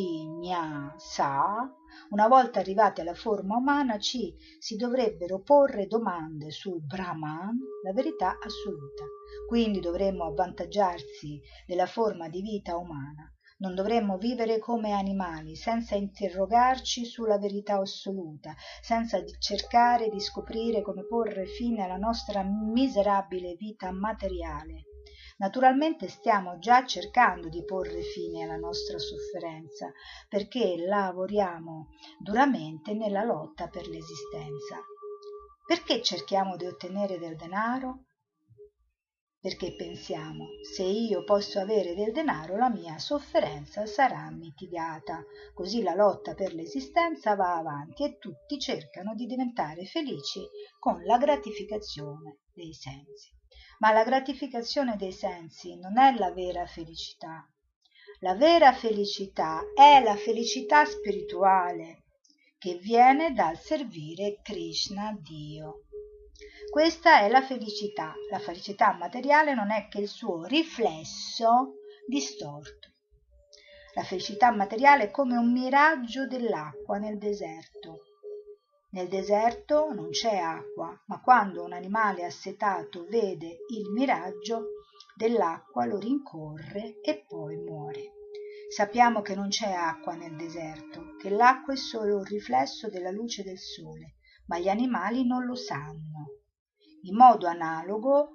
Jignasa, una volta arrivati alla forma umana si dovrebbero porre domande sul Brahman, la verità assoluta. Quindi dovremmo avvantaggiarsi della forma di vita umana. Non dovremmo vivere come animali, senza interrogarci sulla verità assoluta, senza cercare di scoprire come porre fine alla nostra miserabile vita materiale. Naturalmente stiamo già cercando di porre fine alla nostra sofferenza, perché lavoriamo duramente nella lotta per l'esistenza. Perché cerchiamo di ottenere del denaro? Perché pensiamo: se io posso avere del denaro, la mia sofferenza sarà mitigata. Così la lotta per l'esistenza va avanti e tutti cercano di diventare felici con la gratificazione dei sensi. Ma la gratificazione dei sensi non è la vera felicità. La vera felicità è la felicità spirituale, che viene dal servire Krishna, Dio. Questa è la felicità. La felicità materiale non è che il suo riflesso distorto. La felicità materiale è come un miraggio dell'acqua nel deserto. Nel deserto non c'è acqua, ma quando un animale assetato vede il miraggio dell'acqua lo rincorre e poi muore. Sappiamo che non c'è acqua nel deserto, che l'acqua è solo un riflesso della luce del sole, ma gli animali non lo sanno. In modo analogo,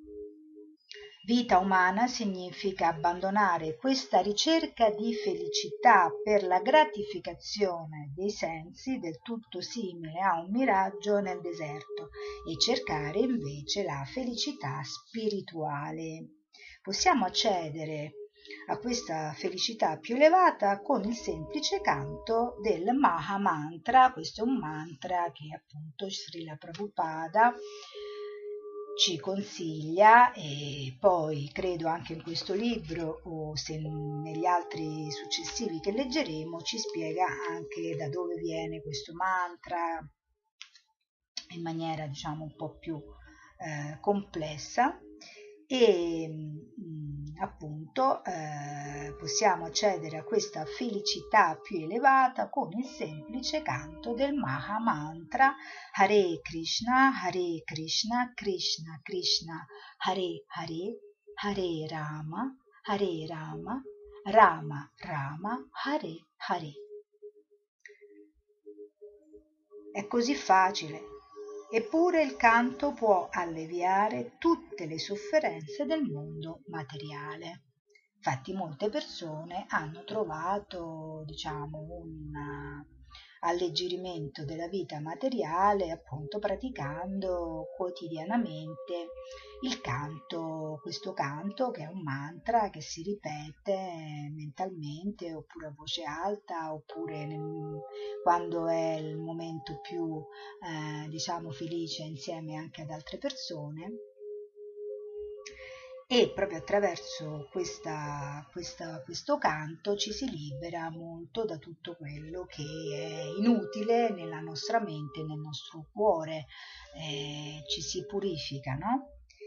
vita umana significa abbandonare questa ricerca di felicità per la gratificazione dei sensi, del tutto simile a un miraggio nel deserto, e cercare invece la felicità spirituale. Possiamo accedere a questa felicità più elevata con il semplice canto del Maha Mantra. Questo è un mantra che appunto Srila Prabhupada ci consiglia, e poi credo anche in questo libro, o se negli altri successivi che leggeremo, ci spiega anche da dove viene questo mantra in maniera, diciamo, un po' più complessa. E appunto possiamo accedere a questa felicità più elevata con il semplice canto del Maha Mantra Hare Krishna, Krishna Krishna, Hare Hare, Hare Rama, Rama Rama, Hare Hare. È così facile. Eppure il canto può alleviare tutte le sofferenze del mondo materiale. Infatti molte persone hanno trovato, diciamo, alleggerimento della vita materiale, appunto praticando quotidianamente il canto, questo canto che è un mantra che si ripete mentalmente oppure a voce alta oppure quando è il momento più diciamo felice insieme anche ad altre persone. E proprio attraverso questo canto ci si libera molto da tutto quello che è inutile nella nostra mente, nel nostro cuore, ci si purifica, no?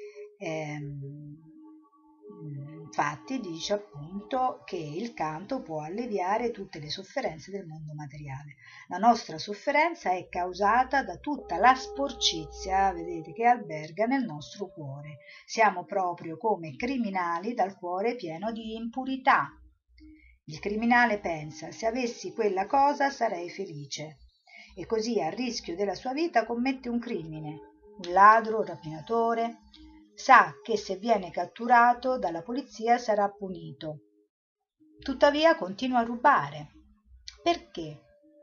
Infatti dice appunto che il canto può alleviare tutte le sofferenze del mondo materiale. La nostra sofferenza è causata da tutta la sporcizia, vedete, che alberga nel nostro cuore. Siamo proprio come criminali dal cuore pieno di impurità. Il criminale pensa: se avessi quella cosa sarei felice, e così a rischio della sua vita commette un crimine. Un ladro, un rapinatore, sa che se viene catturato dalla polizia sarà punito. Tuttavia continua a rubare. Perché?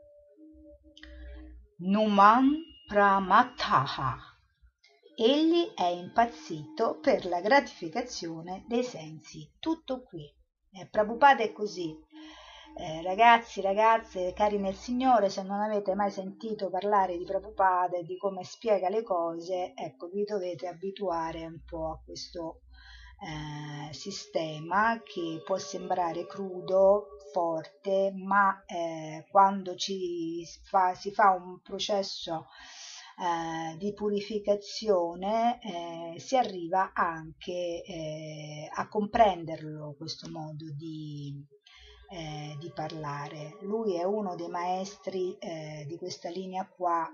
Numan Pramataha. Egli è impazzito per la gratificazione dei sensi. Tutto qui. Prabhupada è così. Ragazzi, ragazze, cari nel Signore, se non avete mai sentito parlare di Prabhupada e di come spiega le cose, ecco, vi dovete abituare un po' a questo sistema che può sembrare crudo, forte, ma quando si fa un processo di purificazione si arriva anche a comprenderlo, questo modo di parlare. Lui è uno dei maestri di questa linea qua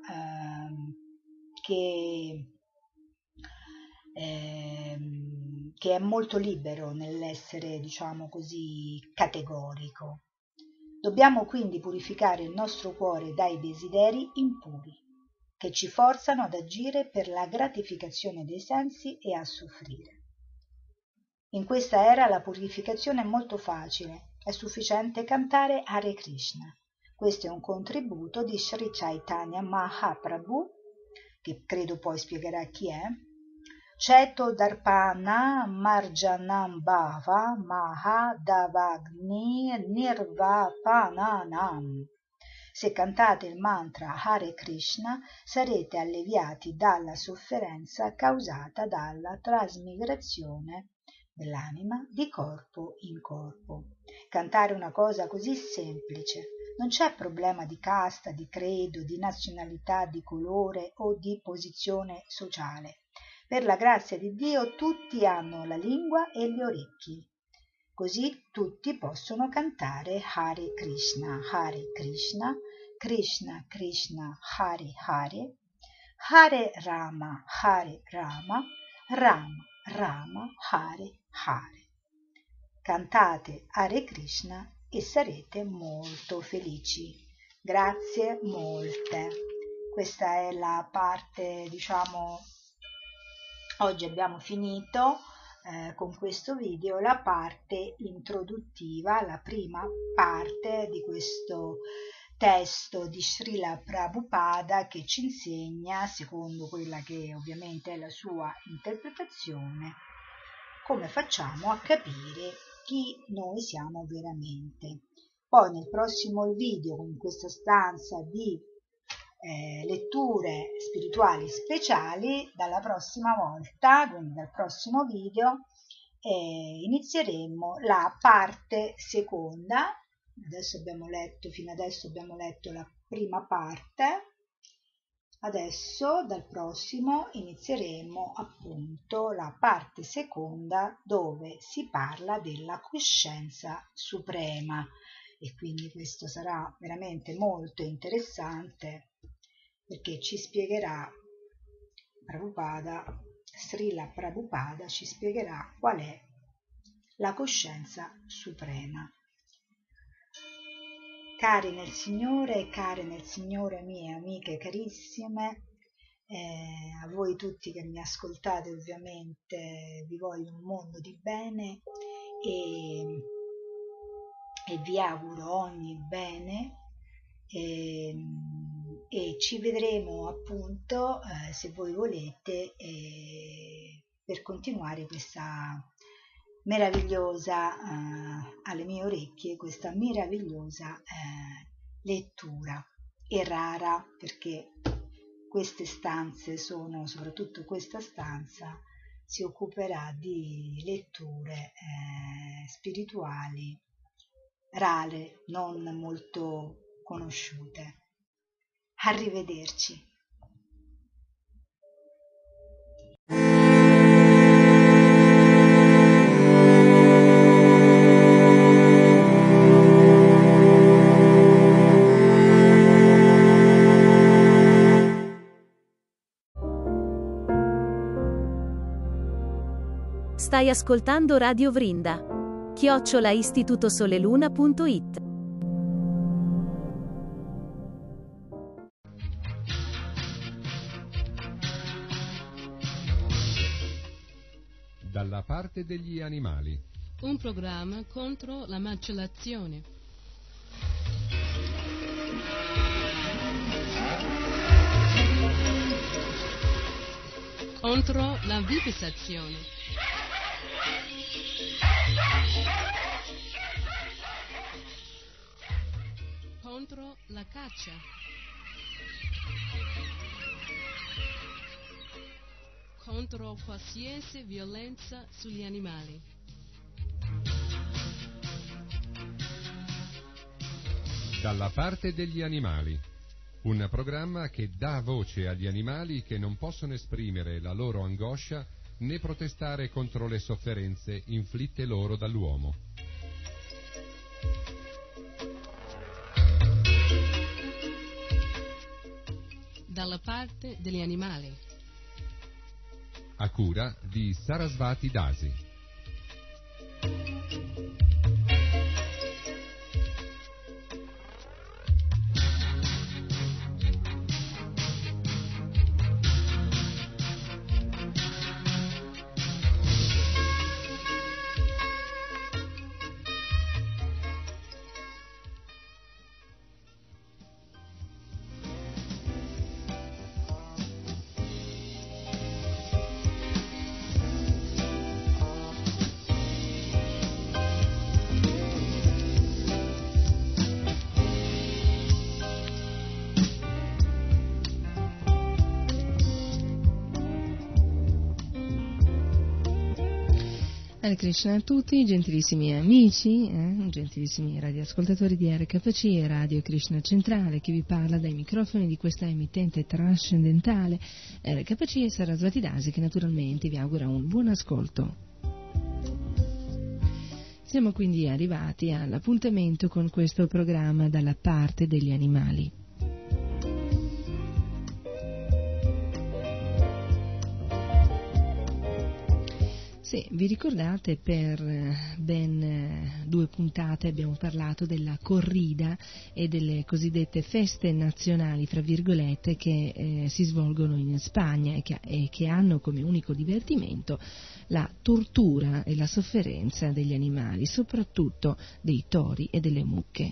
che è molto libero nell'essere, diciamo così, categorico. Dobbiamo quindi purificare il nostro cuore dai desideri impuri che ci forzano ad agire per la gratificazione dei sensi e a soffrire. In questa era la purificazione è molto facile, è sufficiente cantare Hare Krishna. Questo è un contributo di Sri Chaitanya Mahaprabhu, che credo poi spiegherà chi è. Ceto Darpana Marjanam Bhava Mahadavagni Nirvapananam. Se cantate il mantra Hare Krishna sarete alleviati dalla sofferenza causata dalla trasmigrazione dell'anima di corpo in corpo. Cantare una cosa così semplice. Non c'è problema di casta, di credo, di nazionalità, di colore o di posizione sociale. Per la grazia di Dio tutti hanno la lingua e gli orecchi. Così tutti possono cantare Hare Krishna, Krishna Krishna, Hare Hare, Hare Rama, Rama Rama, Hare Hare. Cantate Hare Krishna e sarete molto felici. Grazie molte. Questa è la parte, diciamo, oggi abbiamo finito con questo video la parte introduttiva, la prima parte di questo testo di Srila Prabhupada che ci insegna, secondo quella che ovviamente è la sua interpretazione, come facciamo a capire chi noi siamo veramente. Poi nel prossimo video, in questa stanza di letture spirituali speciali, dalla prossima volta, quindi dal prossimo video, inizieremo la parte seconda. Fino adesso abbiamo letto la prima parte. Adesso dal prossimo inizieremo appunto la parte seconda, dove si parla della coscienza suprema, e quindi questo sarà veramente molto interessante, perché ci spiegherà Srila Prabhupada ci spiegherà qual è la coscienza suprema. Cari nel Signore e care nel Signore, mie amiche carissime, a voi tutti che mi ascoltate ovviamente vi voglio un mondo di bene e vi auguro ogni bene e ci vedremo appunto, se voi volete, per continuare questa meravigliosa, alle mie orecchie, questa meravigliosa lettura, e rara, perché queste stanze sono, soprattutto questa stanza si occuperà di letture spirituali rare, non molto conosciute. Arrivederci. Stai ascoltando Radio Vrinda. @istitutosoleluna.it. Dalla parte degli animali. Un programma contro la macellazione. Contro la vivisazione. Contro la caccia. Contro qualsiasi violenza sugli animali. Dalla parte degli animali. Un programma che dà voce agli animali che non possono esprimere la loro angoscia né protestare contro le sofferenze inflitte loro dall'uomo. Dalla parte degli animali. A cura di Sarasvati Dasi. Hare Krishna a tutti, gentilissimi amici, gentilissimi radioascoltatori di RKC, Radio Krishna Centrale, che vi parla dai microfoni di questa emittente trascendentale RKC e Sarasvati Dasi, che naturalmente vi augura un buon ascolto. Siamo quindi arrivati all'appuntamento con questo programma Dalla parte degli animali. Sì, vi ricordate, per ben 2 puntate abbiamo parlato della corrida e delle cosiddette feste nazionali, fra virgolette, che si svolgono in Spagna e che hanno come unico divertimento la tortura e la sofferenza degli animali, soprattutto dei tori e delle mucche.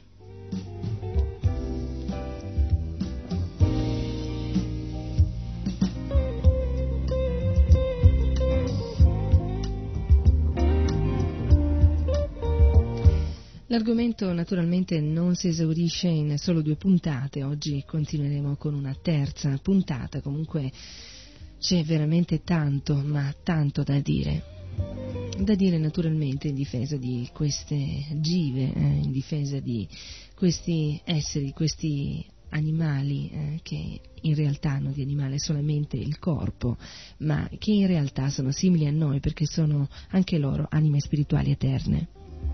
L'argomento naturalmente non si esaurisce in solo 2 puntate, oggi continueremo con una terza puntata, comunque c'è veramente tanto, ma tanto da dire. Da dire naturalmente in difesa di queste give, in difesa di questi esseri, questi animali che in realtà hanno di animale solamente il corpo, ma che in realtà sono simili a noi perché sono anche loro anime spirituali eterne.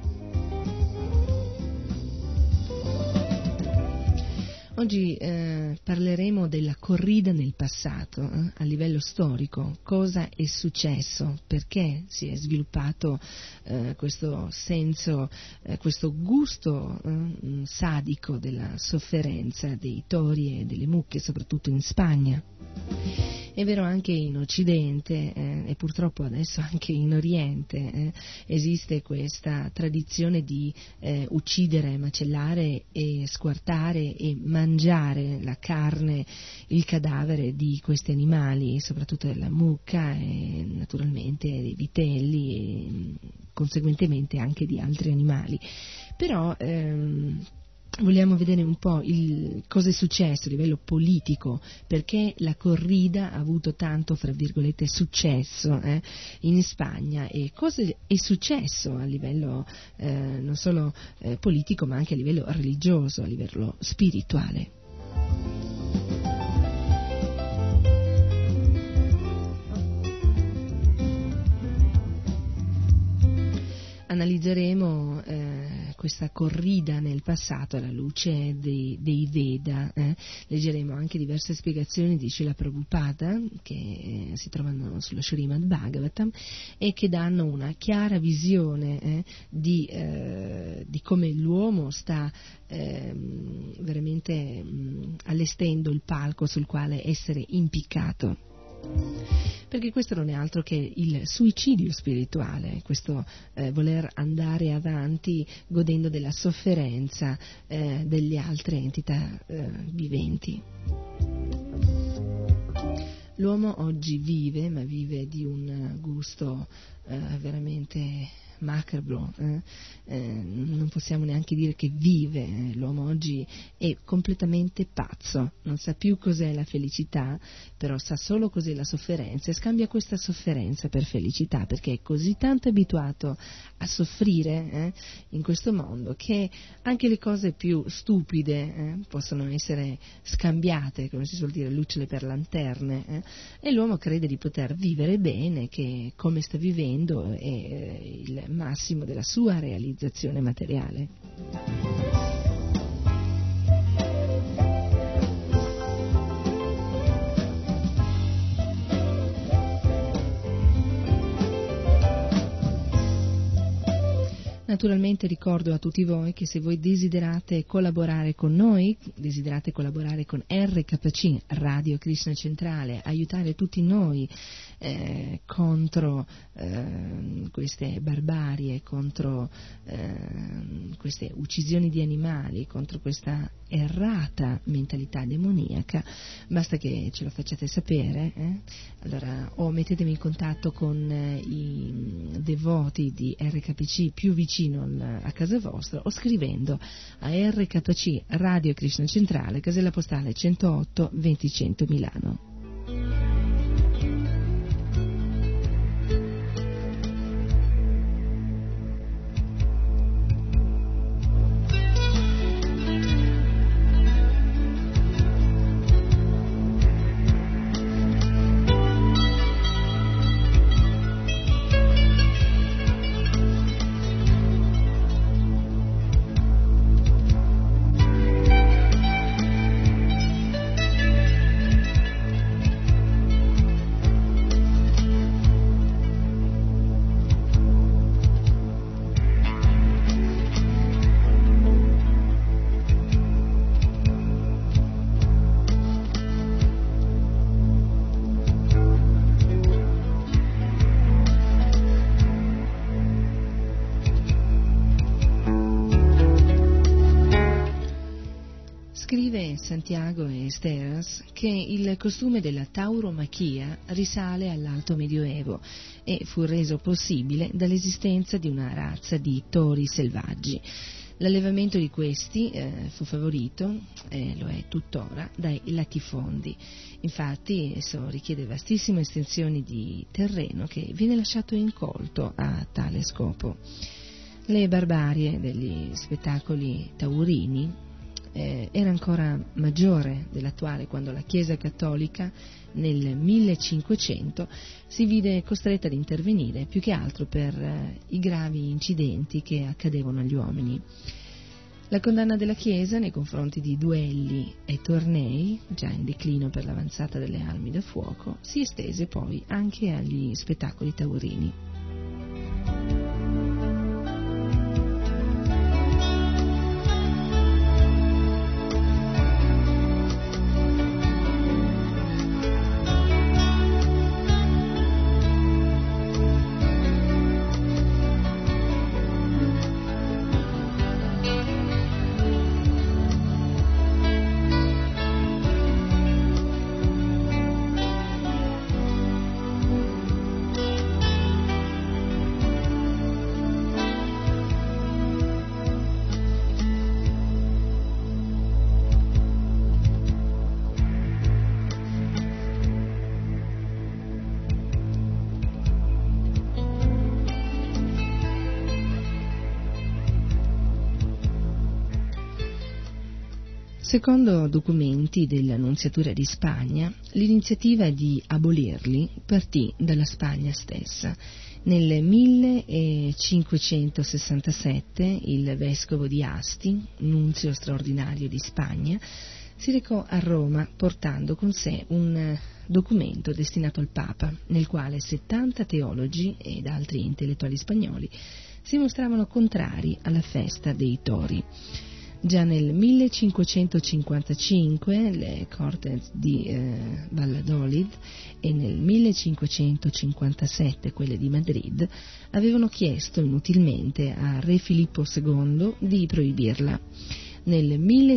Oggi parleremo della corrida nel passato, a livello storico, cosa è successo, perché si è sviluppato questo senso, questo gusto sadico della sofferenza dei tori e delle mucche, soprattutto in Spagna. È vero, anche in Occidente e purtroppo adesso anche in Oriente esiste questa tradizione di uccidere, macellare e squartare e mangiare la carne, il cadavere di questi animali, soprattutto della mucca e naturalmente dei vitelli e conseguentemente anche di altri animali. Però vogliamo vedere un po' cosa è successo a livello politico, perché la corrida ha avuto tanto, fra virgolette, successo in Spagna, e cosa è successo a livello non solo politico ma anche a livello religioso, a livello spirituale. Analizzeremo questa corrida nel passato alla luce dei Veda. Leggeremo anche diverse spiegazioni di Srila Prabhupada che si trovano sullo Srimad Bhagavatam e che danno una chiara visione di come l'uomo sta veramente allestendo il palco sul quale essere impiccato. Perché questo non è altro che il suicidio spirituale, questo voler andare avanti godendo della sofferenza delle altre entità viventi. L'uomo oggi vive, ma vive di un gusto veramente macabro, non possiamo neanche dire che vive. L'uomo oggi è completamente pazzo, non sa più cos'è la felicità, però sa solo cos'è la sofferenza e scambia questa sofferenza per felicità, perché è così tanto abituato a soffrire in questo mondo che anche le cose più stupide possono essere scambiate, come si suol dire, lucciole per lanterne, e l'uomo crede di poter vivere bene, che come sta vivendo è il massimo della sua realizzazione materiale. Naturalmente ricordo a tutti voi che se voi desiderate collaborare con noi, desiderate collaborare con RKC, Radio Krishna Centrale, aiutare tutti noi contro queste barbarie, contro queste uccisioni di animali, contro questa errata mentalità demoniaca, basta che ce lo facciate sapere. Allora, o mettetemi in contatto con i devoti di RKC più vicino a casa vostra, o scrivendo a RKC Radio Krishna Centrale, casella postale 108 2000 Milano. Scrive Santiago Esteras che il costume della tauromachia risale all'Alto Medioevo e fu reso possibile dall'esistenza di una razza di tori selvaggi. L'allevamento di questi fu favorito, lo è tuttora, dai latifondi. Infatti esso richiede vastissime estensioni di terreno che viene lasciato incolto a tale scopo. Le barbarie degli spettacoli taurini era ancora maggiore dell'attuale, quando la Chiesa Cattolica nel 1500 si vide costretta ad intervenire più che altro per i gravi incidenti che accadevano agli uomini. La condanna della Chiesa nei confronti di duelli e tornei, già in declino per l'avanzata delle armi da fuoco, si estese poi anche agli spettacoli taurini. Secondo documenti della Nunziatura di Spagna, l'iniziativa di abolirli partì dalla Spagna stessa. Nel 1567 il vescovo di Asti, nunzio straordinario di Spagna, si recò a Roma portando con sé un documento destinato al Papa, nel quale 70 teologi ed altri intellettuali spagnoli si mostravano contrari alla festa dei tori. Già nel 1555 le Cortes di Valladolid e nel 1557 quelle di Madrid avevano chiesto inutilmente a re Filippo II di proibirla. Nel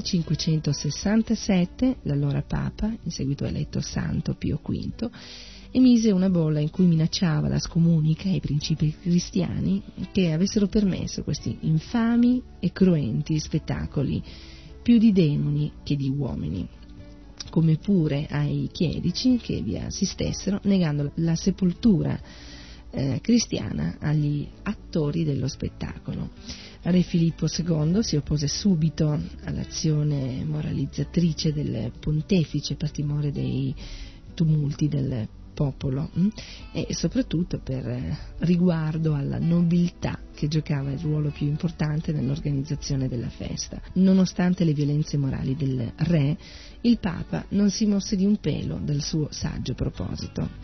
1567 l'allora Papa, in seguito eletto Santo Pio V, emise una bolla in cui minacciava la scomunica ai principi cristiani che avessero permesso questi infami e cruenti spettacoli, più di demoni che di uomini, come pure ai chierici che vi assistessero, negando la sepoltura cristiana agli attori dello spettacolo. Re Filippo II si oppose subito all'azione moralizzatrice del pontefice per timore dei tumulti del popolo e soprattutto per riguardo alla nobiltà che giocava il ruolo più importante nell'organizzazione della festa. Nonostante le violenze morali del re, il Papa non si mosse di un pelo dal suo saggio proposito.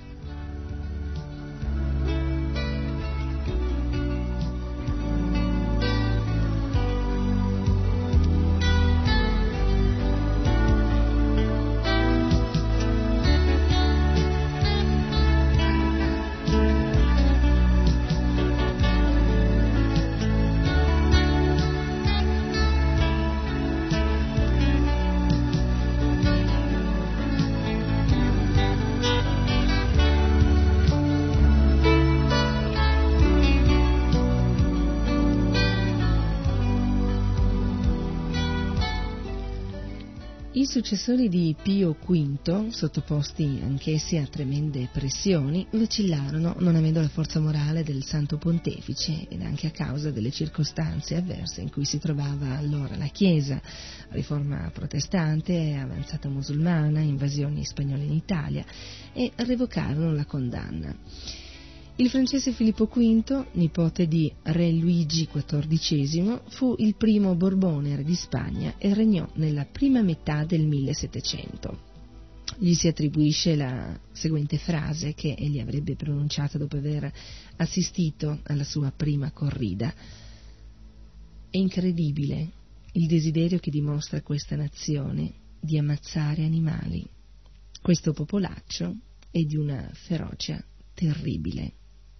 I successori di Pio V, sottoposti anch'essi a tremende pressioni, vacillarono non avendo la forza morale del Santo Pontefice ed anche a causa delle circostanze avverse in cui si trovava allora la Chiesa, riforma protestante, avanzata musulmana, invasioni spagnole in Italia, e revocarono la condanna. Il francese Filippo V, nipote di re Luigi XIV, fu il primo Borbone re di Spagna e regnò nella prima metà del 1700. Gli si attribuisce la seguente frase che egli avrebbe pronunciata dopo aver assistito alla sua prima corrida: «È incredibile il desiderio che dimostra questa nazione di ammazzare animali. Questo popolaccio è di una ferocia terribile».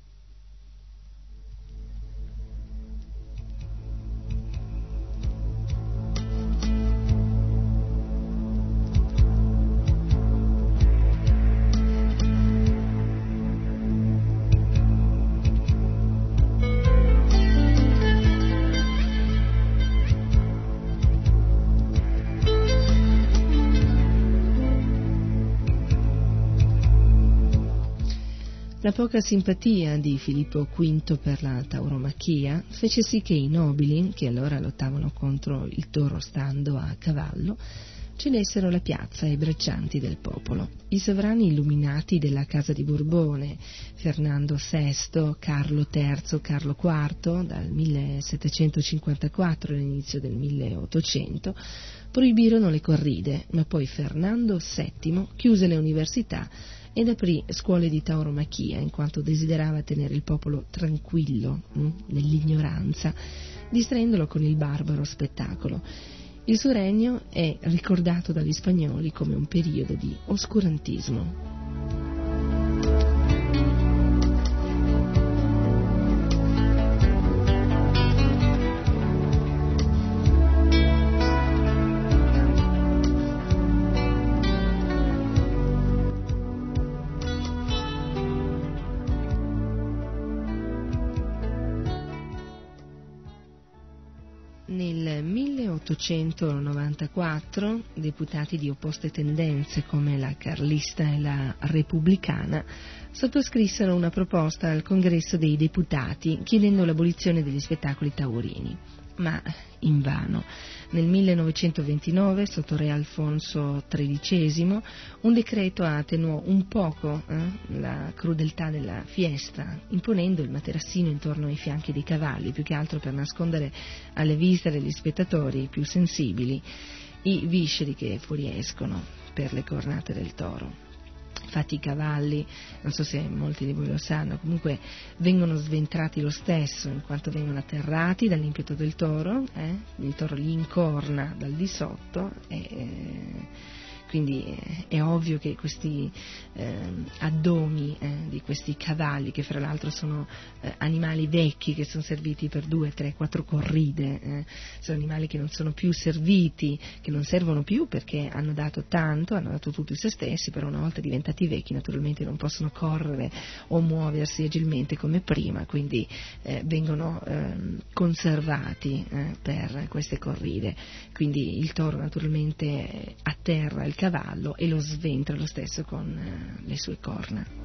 La poca simpatia di Filippo V per la tauromachia fece sì che i nobili, che allora lottavano contro il toro stando a cavallo, cedessero la piazza ai braccianti del popolo. I sovrani illuminati della Casa di Borbone, Fernando VI, Carlo III, Carlo IV, dal 1754 all'inizio del 1800, proibirono le corride, ma poi Fernando VII chiuse le università ed aprì scuole di tauromachia, in quanto desiderava tenere il popolo tranquillo, nell'ignoranza, distraendolo con il barbaro spettacolo. Il suo regno è ricordato dagli spagnoli come un periodo di oscurantismo. Nel 1894 deputati di opposte tendenze come la carlista e la repubblicana sottoscrissero una proposta al Congresso dei Deputati chiedendo l'abolizione degli spettacoli taurini. ma invano. Nel 1929, sotto re Alfonso XIII, un decreto attenuò un poco la crudeltà della fiesta, imponendo il materassino intorno ai fianchi dei cavalli, più che altro per nascondere alle viste degli spettatori più sensibili i visceri che fuoriescono per le cornate del toro. Infatti i cavalli, non so se molti di voi lo sanno, comunque vengono sventrati lo stesso, in quanto vengono atterrati dall'impeto del toro, il toro li incorna dal di sotto e quindi è ovvio che questi addomi di questi cavalli, che fra l'altro sono animali vecchi che sono serviti per 2, 3, 4 corride, sono animali che non sono più serviti, che non servono più perché hanno dato tanto, hanno dato tutto di se stessi, però una volta diventati vecchi naturalmente non possono correre o muoversi agilmente come prima, quindi vengono conservati per queste corride. Quindi il toro naturalmente atterra il cavallo e lo sventra lo stesso con le sue corna.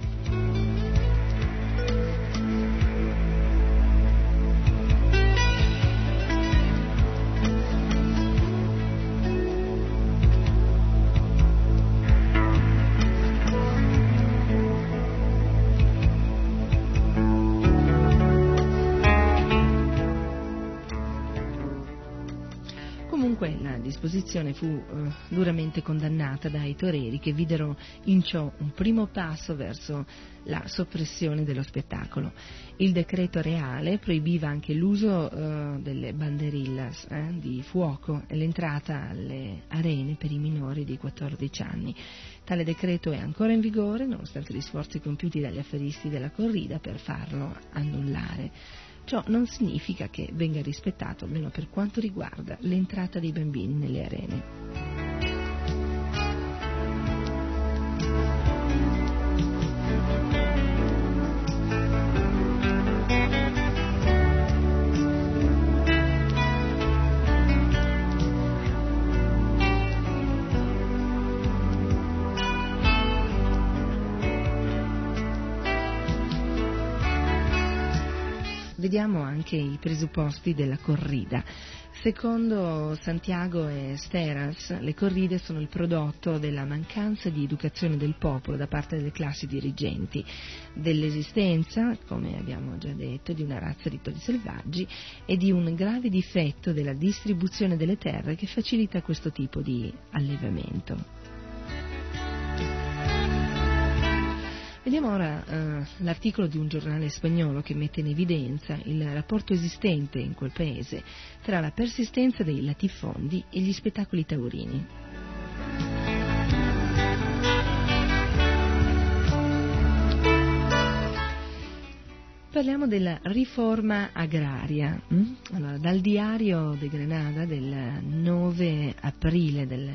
La disposizione fu duramente condannata dai toreri, che videro in ciò un primo passo verso la soppressione dello spettacolo. Il decreto reale proibiva anche l'uso delle banderillas di fuoco e l'entrata alle arene per i minori di 14 anni. Tale decreto è ancora in vigore, nonostante gli sforzi compiuti dagli affaristi della corrida per farlo annullare. Ciò non significa che venga rispettato, almeno per quanto riguarda l'entrata dei bambini nelle arene. Vediamo anche i presupposti della corrida. Secondo Santiago e Steras, le corride sono il prodotto della mancanza di educazione del popolo da parte delle classi dirigenti, dell'esistenza, come abbiamo già detto, di una razza di tori selvaggi e di un grave difetto della distribuzione delle terre che facilita questo tipo di allevamento. Vediamo ora l'articolo di un giornale spagnolo che mette in evidenza il rapporto esistente in quel paese tra la persistenza dei latifondi e gli spettacoli taurini. Parliamo della riforma agraria. Allora, dal diario de Granada del 9 aprile del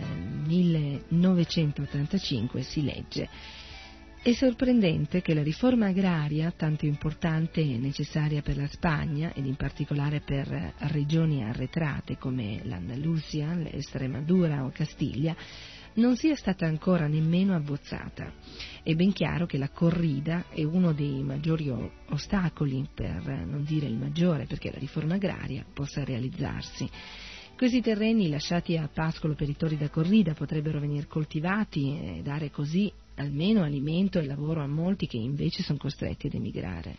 1985 si legge: è sorprendente che la riforma agraria, tanto importante e necessaria per la Spagna, ed in particolare per regioni arretrate come l'Andalusia, l'Estremadura o Castiglia, non sia stata ancora nemmeno abbozzata. È ben chiaro che la corrida è uno dei maggiori ostacoli, per non dire il maggiore, perché la riforma agraria possa realizzarsi. Questi terreni lasciati a pascolo per i tori da corrida potrebbero venire coltivati e dare così almeno alimento e lavoro a molti che invece sono costretti ad emigrare.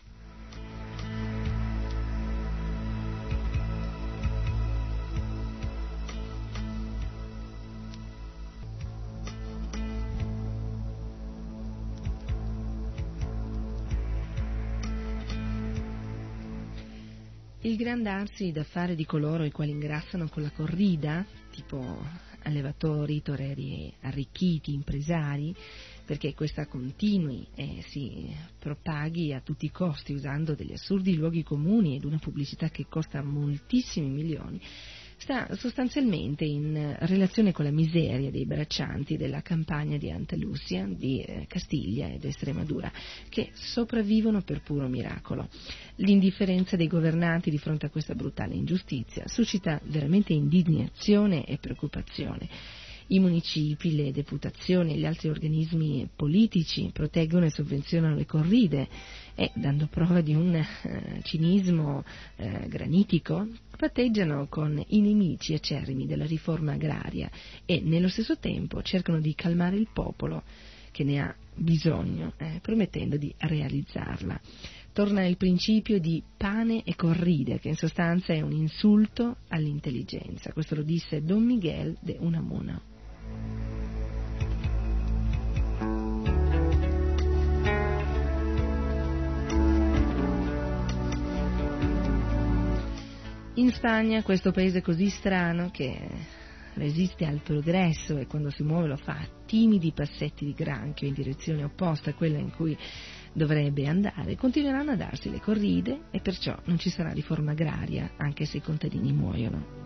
Il gran darsi da fare di coloro i quali ingrassano con la corrida, tipo allevatori, toreri arricchiti, impresari, perché questa continui e si propaghi a tutti i costi usando degli assurdi luoghi comuni ed una pubblicità che costa moltissimi milioni, sta sostanzialmente in relazione con la miseria dei braccianti della campagna di Andalusia, di Castiglia ed Estremadura, che sopravvivono per puro miracolo. L'indifferenza dei governanti di fronte a questa brutale ingiustizia suscita veramente indignazione e preoccupazione. I municipi, le deputazioni e gli altri organismi politici proteggono e sovvenzionano le corride e, dando prova di un cinismo granitico, patteggiano con i nemici acerrimi della riforma agraria e, nello stesso tempo, cercano di calmare il popolo che ne ha bisogno, promettendo di realizzarla. Torna il principio di pane e corride, che in sostanza è un insulto all'intelligenza. Questo lo disse Don Miguel de Unamuno. In Spagna, questo paese così strano che resiste al progresso e quando si muove lo fa a timidi passetti di granchio in direzione opposta a quella in cui dovrebbe andare, continueranno a darsi le corride e perciò non ci sarà riforma agraria anche se i contadini muoiono.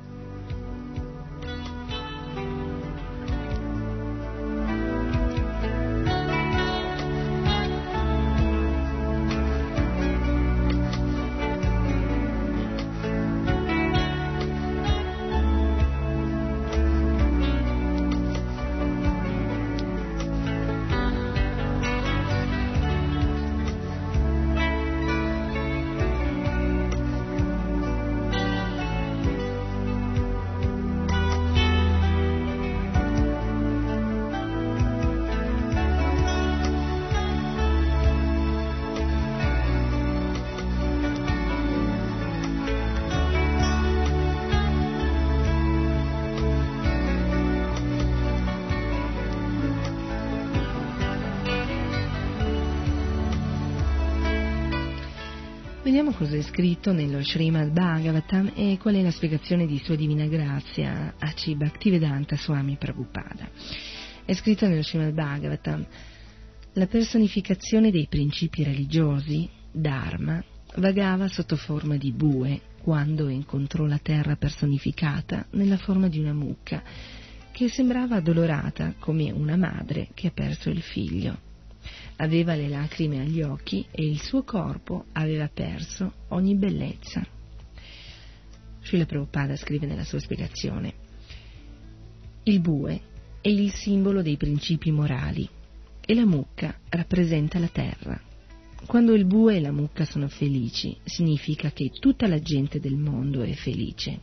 Vediamo cosa è scritto nello Srimad Bhagavatam e qual è la spiegazione di Sua Divina Grazia A.C. Bhaktivedanta Swami Prabhupada. È scritto nello Srimad Bhagavatam: la personificazione dei principi religiosi, Dharma, vagava sotto forma di bue quando incontrò la terra personificata nella forma di una mucca che sembrava addolorata come una madre che ha perso il figlio. Aveva le lacrime agli occhi e il suo corpo aveva perso ogni bellezza. Srila Prabhupada scrive nella sua spiegazione: il bue è il simbolo dei principi morali e la mucca rappresenta la terra. Quando il bue e la mucca sono felici, significa che tutta la gente del mondo è felice.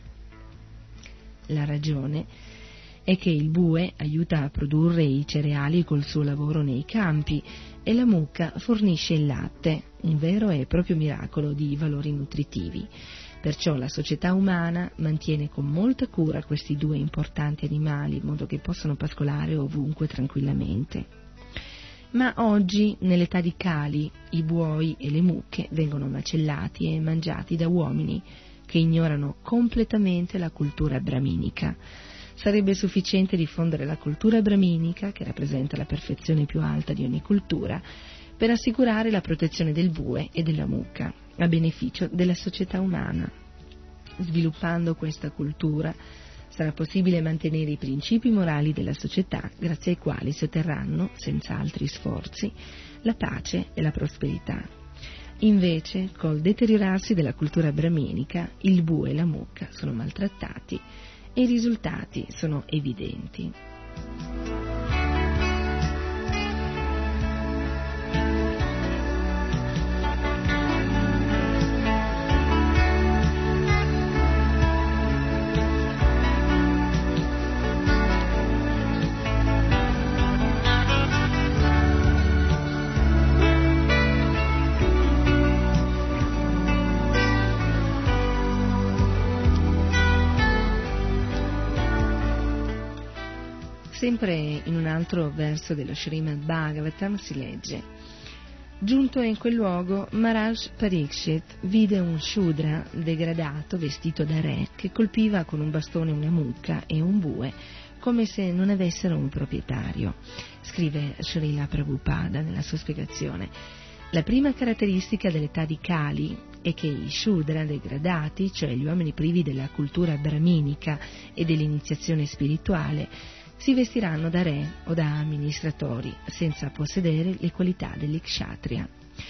La ragione è che il bue aiuta a produrre i cereali col suo lavoro nei campi e la mucca fornisce il latte, un vero e proprio miracolo di valori nutritivi. Perciò la società umana mantiene con molta cura questi due importanti animali in modo che possano pascolare ovunque tranquillamente. Ma oggi, nell'età di Kali, i buoi e le mucche vengono macellati e mangiati da uomini che ignorano completamente la cultura brahminica. Sarebbe sufficiente diffondere la cultura brahminica, che rappresenta la perfezione più alta di ogni cultura, per assicurare la protezione del bue e della mucca, a beneficio della società umana. Sviluppando questa cultura sarà possibile mantenere i principi morali della società, grazie ai quali si otterranno, senza altri sforzi, la pace e la prosperità. Invece, col deteriorarsi della cultura brahminica, il bue e la mucca sono maltrattati e i risultati sono evidenti. Sempre in un altro verso dello Srimad Bhagavatam si legge: giunto in quel luogo, Maharaj Parikshit vide un Shudra degradato vestito da re che colpiva con un bastone una mucca e un bue come se non avessero un proprietario. Scrive Srila Prabhupada nella sua spiegazione: la prima caratteristica dell'età di Kali è che i Shudra degradati, cioè gli uomini privi della cultura brahminica e dell'iniziazione spirituale, si vestiranno da re o da amministratori, senza possedere le qualità degli kshatriya.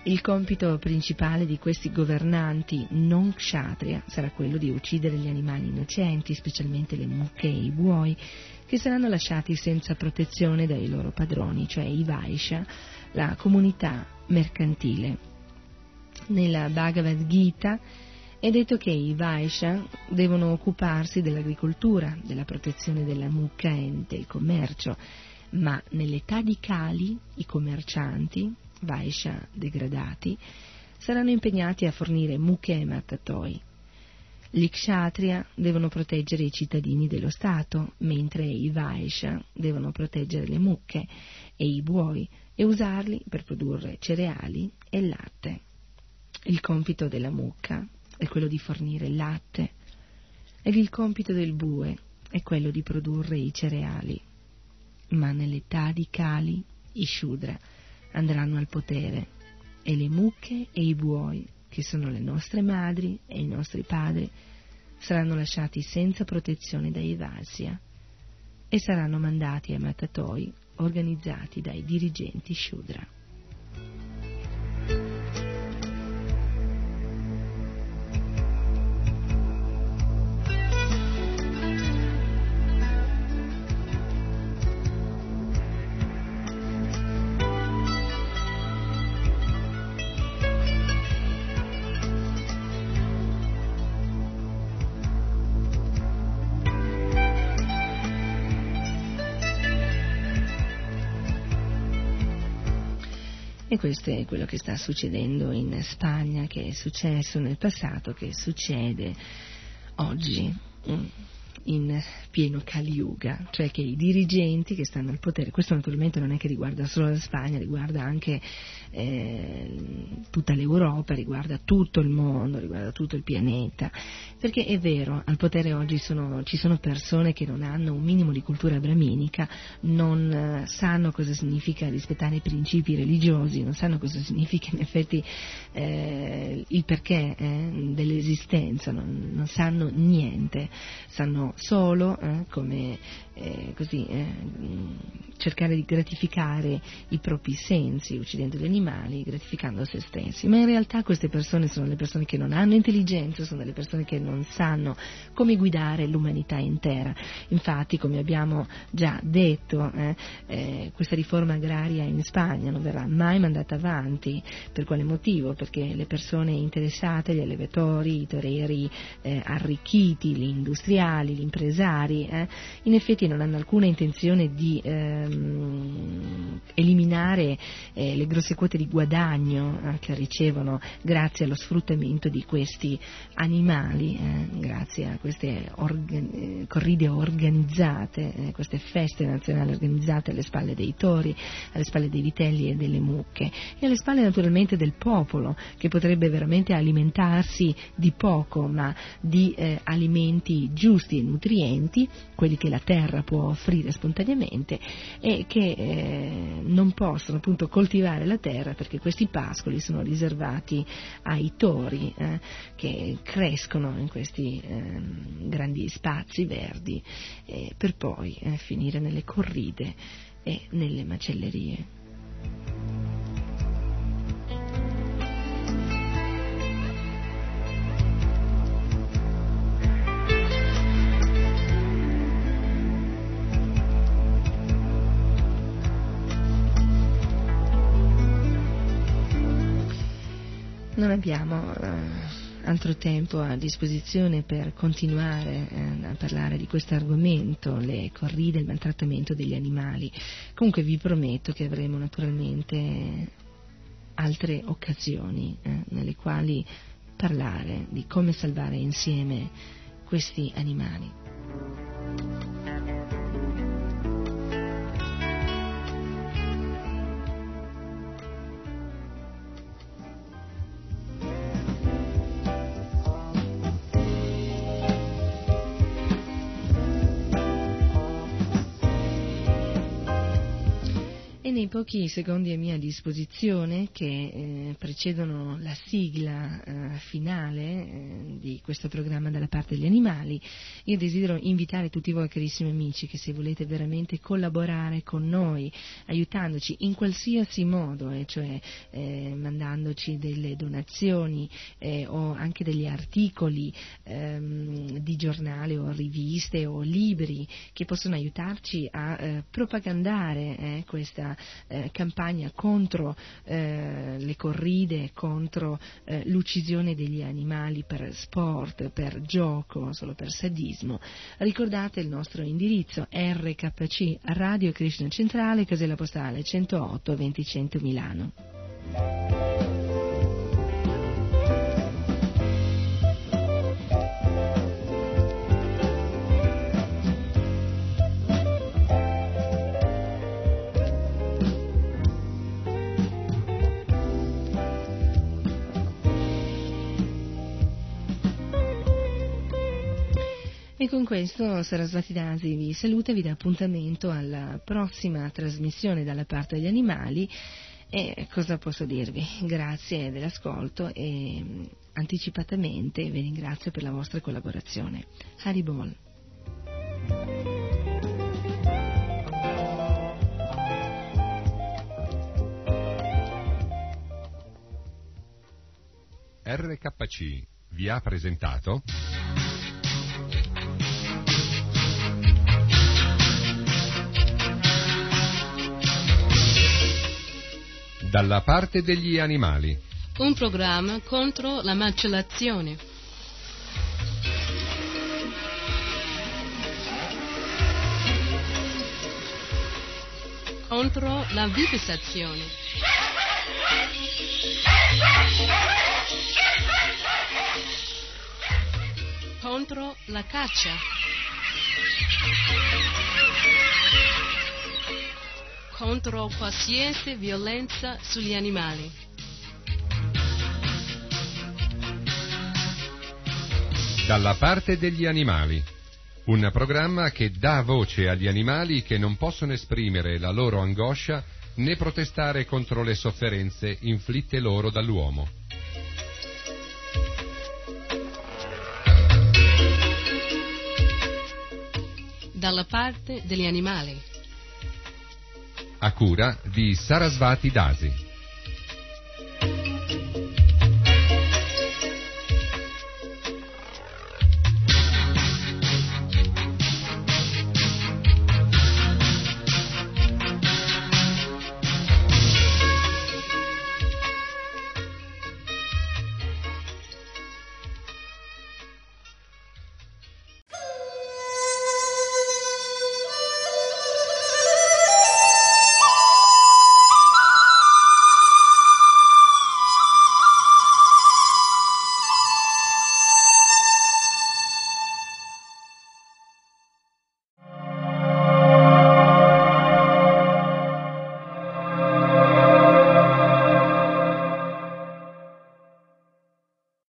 Il compito principale di questi governanti non kshatriya sarà quello di uccidere gli animali innocenti, specialmente le mucche e i buoi, che saranno lasciati senza protezione dai loro padroni, cioè i Vaishya, la comunità mercantile. Nella Bhagavad Gita è detto che i Vaishya devono occuparsi dell'agricoltura, della protezione della mucca e del commercio, ma nell'età di Kali i commercianti, Vaishya degradati, saranno impegnati a fornire mucche e mattatoi. Gli kshatriya devono proteggere i cittadini dello Stato, mentre i Vaishya devono proteggere le mucche e i buoi e usarli per produrre cereali e latte. Il compito della mucca è quello di fornire il latte ed il compito del bue è quello di produrre i cereali. Ma nell'età di Kali i Shudra andranno al potere e le mucche e i buoi, che sono le nostre madri e i nostri padri, saranno lasciati senza protezione dai Vasya e saranno mandati ai mattatoi organizzati dai dirigenti Shudra. E questo è quello che sta succedendo in Spagna, che è successo nel passato, che succede oggi in pieno Kali Yuga, cioè che i dirigenti che stanno al potere, questo naturalmente non è che riguarda solo la Spagna, riguarda anche tutta l'Europa, riguarda tutto il mondo, riguarda tutto il pianeta, perché è vero, al potere oggi ci sono persone che non hanno un minimo di cultura brahminica, non sanno cosa significa rispettare i principi religiosi, non sanno cosa significa in effetti il perché dell'esistenza, non sanno niente, sanno solo come cercare di gratificare i propri sensi, uccidendo gli animali, gratificando se stessi, ma in realtà queste persone sono le persone che non hanno intelligenza, sono delle persone che non sanno come guidare l'umanità intera. Infatti, come abbiamo già detto, questa riforma agraria in Spagna non verrà mai mandata avanti. Per quale motivo? Perché le persone interessate, gli allevatori, i toreri arricchiti, gli industriali, gli impresari, in effetti non hanno alcuna intenzione di eliminare le grosse quote di guadagno che ricevono grazie allo sfruttamento di questi animali, grazie a queste corride organizzate, queste feste nazionali organizzate alle spalle dei tori, alle spalle dei vitelli e delle mucche e alle spalle naturalmente del popolo, che potrebbe veramente alimentarsi di poco ma di alimenti giusti e nutrienti, quelli che la terra può offrire spontaneamente, e che non possono appunto coltivare la terra perché questi pascoli sono riservati ai tori che crescono in questi grandi spazi verdi per poi finire nelle corride e nelle macellerie. Non abbiamo altro tempo a disposizione per continuare a parlare di questo argomento, le corride, il maltrattamento degli animali. Comunque vi prometto che avremo naturalmente altre occasioni nelle quali parlare di come salvare insieme questi animali. Nei pochi secondi a mia disposizione che precedono la sigla finale di questo programma Dalla parte degli animali. Io desidero invitare tutti voi carissimi amici che se volete veramente collaborare con noi, aiutandoci in qualsiasi modo, cioè mandandoci delle donazioni o anche degli articoli di giornale o riviste o libri che possono aiutarci a propagandare questa campagna contro le corride, contro l'uccisione degli animali per sport, per gioco, solo per sadismo. Ricordate il nostro indirizzo: RKC Radio Krishna Centrale, casella postale 108 20100 Milano. E con questo Sarasvati Dasi vi saluta e vi dà appuntamento alla prossima trasmissione Dalla parte degli animali. E cosa posso dirvi? Grazie dell'ascolto e anticipatamente vi ringrazio per la vostra collaborazione. Haribol. RKC vi ha presentato Dalla parte degli animali, un programma contro la macellazione. Contro la vivisazione. Contro la caccia. Contro qualsiasi violenza sugli animali. Dalla parte degli animali, un programma che dà voce agli animali che non possono esprimere la loro angoscia né protestare contro le sofferenze inflitte loro dall'uomo. Dalla parte degli animali. A cura di Sarasvati Dasi.